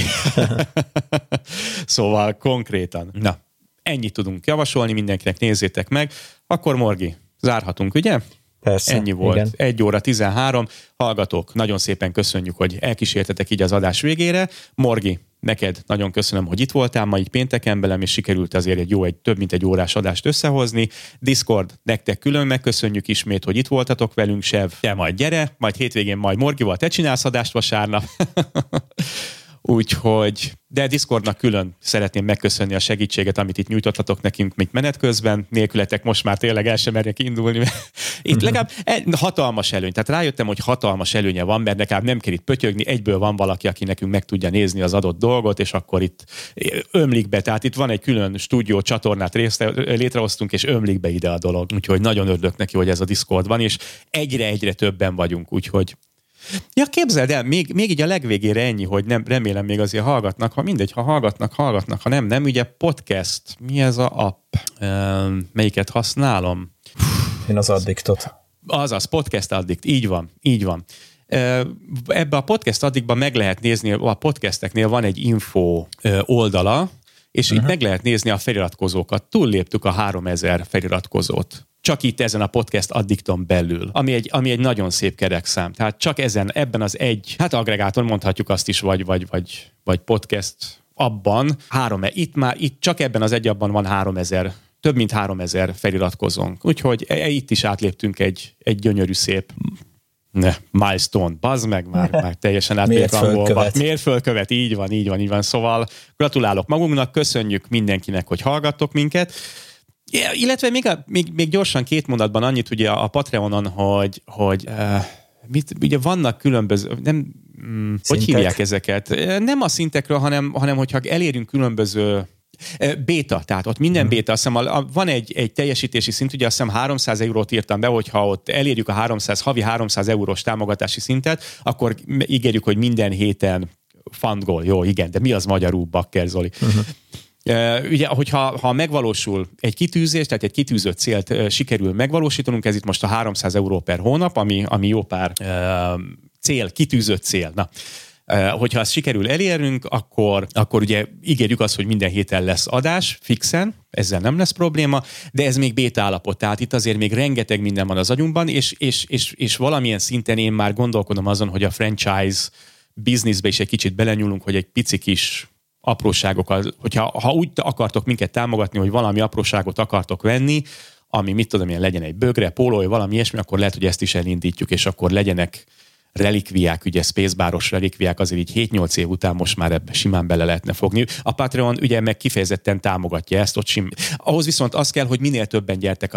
Szóval konkrétan. Na, ennyit tudunk javasolni, mindenkinek nézzétek meg. Akkor Morgi, zárhatunk, ugye? Persze, ennyi volt. Igen. 1 óra 13. Hallgatók, nagyon szépen köszönjük, hogy elkísértetek így az adás végére. Morgi, neked nagyon köszönöm, hogy itt voltál ma így pénteken velem, és sikerült azért több mint egy órás adást összehozni. Discord, nektek külön megköszönjük ismét, hogy itt voltatok velünk, Sev. Te majd gyere, majd hétvégén majd Morgival te csinálsz adást vasárnap. Úgyhogy, de Discordnak külön szeretném megköszönni a segítséget, amit itt nyújtottatok nekünk még menet közben. Nélkületek most már tényleg el sem merjek indulni. Itt legalább hatalmas előny. Tehát rájöttem, hogy hatalmas előnye van, mert nekem nem kell itt pötyögni, egyből van valaki, aki nekünk meg tudja nézni az adott dolgot, és akkor itt ömlik be. Tehát itt van egy külön stúdió csatornát létrehoztunk, és ömlik be ide a dolog. Úgyhogy nagyon örülök neki, hogy ez a Discord van, és egyre többen vagyunk, úgyhogy Ja, képzeld el, még így a legvégére ennyi, hogy nem, remélem még azért hallgatnak, ha mindegy, ha hallgatnak, ha nem, ugye podcast, mi ez a app? Melyiket használom? Én az Addictot. Azaz, Podcast Addict, így van. Ebbe a Podcast Addictban meg lehet nézni, a podcasteknél van egy info oldala, és itt meg lehet nézni a feliratkozókat. Túlléptük a 3000 feliratkozót. Csak itt ezen a Podcast Addicton belül, ami egy nagyon szép kerekszám. Tehát csak ebben az egy, hát aggregátor mondhatjuk azt is, vagy podcast abban, itt csak ebben az egy abban van 3000, több mint 3000 feliratkozónk. Úgyhogy itt is átléptünk egy gyönyörű szép milestone, bazd meg, már teljesen átlépve. Mérföldkövet, így van. Szóval gratulálok magunknak, köszönjük mindenkinek, hogy hallgattok minket. Illetve még gyorsan 2 mondatban annyit ugye a Patreonon, hogy ugye vannak különböző, nem, hogy hívják ezeket? Nem a szintekről, hanem hogyha elérünk különböző béta, tehát ott minden béta, azt hiszem, van egy teljesítési szint, ugye azt hiszem 300 eurót írtam be, hogyha ott elérjük a havi 300 eurós támogatási szintet, akkor ígérjük, hogy minden héten fund goal. Jó, igen, de mi az magyarul, Bakker Zoli? Ugye, hogyha megvalósul egy kitűzés, tehát egy kitűzött célt sikerül megvalósítanunk, ez itt most a 300 euró per hónap, ami jó pár kitűzött cél. Na, hogyha ezt sikerül elérnünk, akkor ugye ígérjük azt, hogy minden héten lesz adás, fixen, ezzel nem lesz probléma, de ez még béta állapot, tehát itt azért még rengeteg minden van az agyunkban, és valamilyen szinten én már gondolkodom azon, hogy a franchise businessbe is egy kicsit belenyúlunk, hogy egy pici kis apróságokat, ha úgy akartok minket támogatni, hogy valami apróságot akartok venni, ami mit tudom én, legyen egy bögre, pólója, valami ilyesmi, akkor lehet, hogy ezt is elindítjuk, és akkor legyenek relikviák, ugye spacebaros relikviák, azért így 7-8 év után most már ebbe simán bele lehetne fogni. A Patreon ugye meg kifejezetten támogatja ezt, ahhoz viszont az kell, hogy minél többen gyertek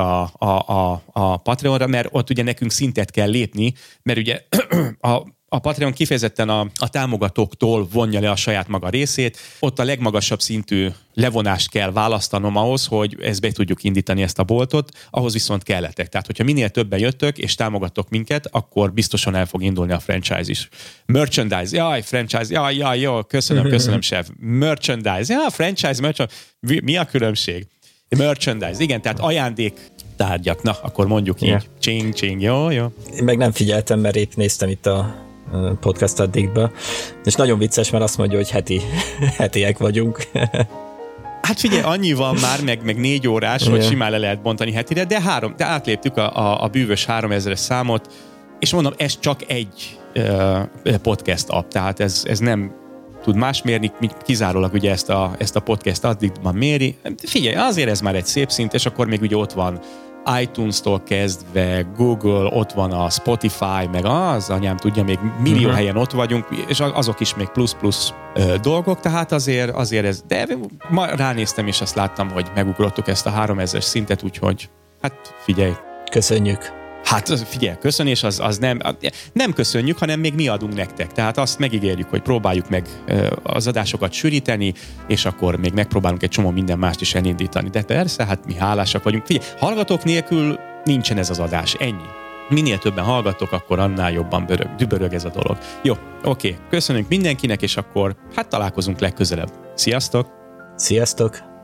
a Patreonra, mert ott ugye nekünk szintet kell lépni, mert ugye a Patreon kifejezetten a támogatóktól vonja le a saját maga részét. Ott a legmagasabb szintű levonást kell választanom ahhoz, hogy ezt be tudjuk indítani, ezt a boltot, ahhoz viszont kelletek. Tehát, hogyha minél többen jöttök és támogattok minket, akkor biztosan el fog indulni a franchise is. Merchandise, franchise, jó, köszönöm, chef. Merchandise, franchise, mi a különbség? Merchandise, igen, tehát ajándék tárgyak. Na, akkor mondjuk így. Csing, jó. Én meg nem figyeltem, mert épp néztem itt a Podcast Addictbe, és nagyon vicces, mert azt mondja, hogy hetiek vagyunk. Hát figyelj, annyi van már, meg 4 órás, hogy simán le lehet bontani hetire, de átléptük a bűvös 3000-es számot, és mondom, ez csak egy podcast app, tehát ez nem tud más mérni, kizárólag ugye ezt a Podcast Addictban méri. Figyelj, azért ez már egy szép szint, és akkor még ugye ott van iTunes-tól kezdve, Google, ott van a Spotify, meg az, anyám tudja, még millió helyen ott vagyunk, és azok is még plusz dolgok, tehát azért ez, de ma ránéztem, és azt láttam, hogy megugrottuk ezt a 3000-es szintet, úgyhogy hát figyelj. Köszönjük. Hát figyelj, köszönés az nem köszönjük, hanem még mi adunk nektek. Tehát azt megígérjük, hogy próbáljuk meg az adásokat sűríteni, és akkor még megpróbálunk egy csomó minden mást is elindítani. De persze, hát mi hálásak vagyunk. Figyelj, hallgatók nélkül nincsen ez az adás, ennyi. Minél többen hallgatok, akkor annál jobban dübörög ez a dolog. Jó, oké. Köszönünk mindenkinek, és akkor hát találkozunk legközelebb. Sziasztok! Sziasztok!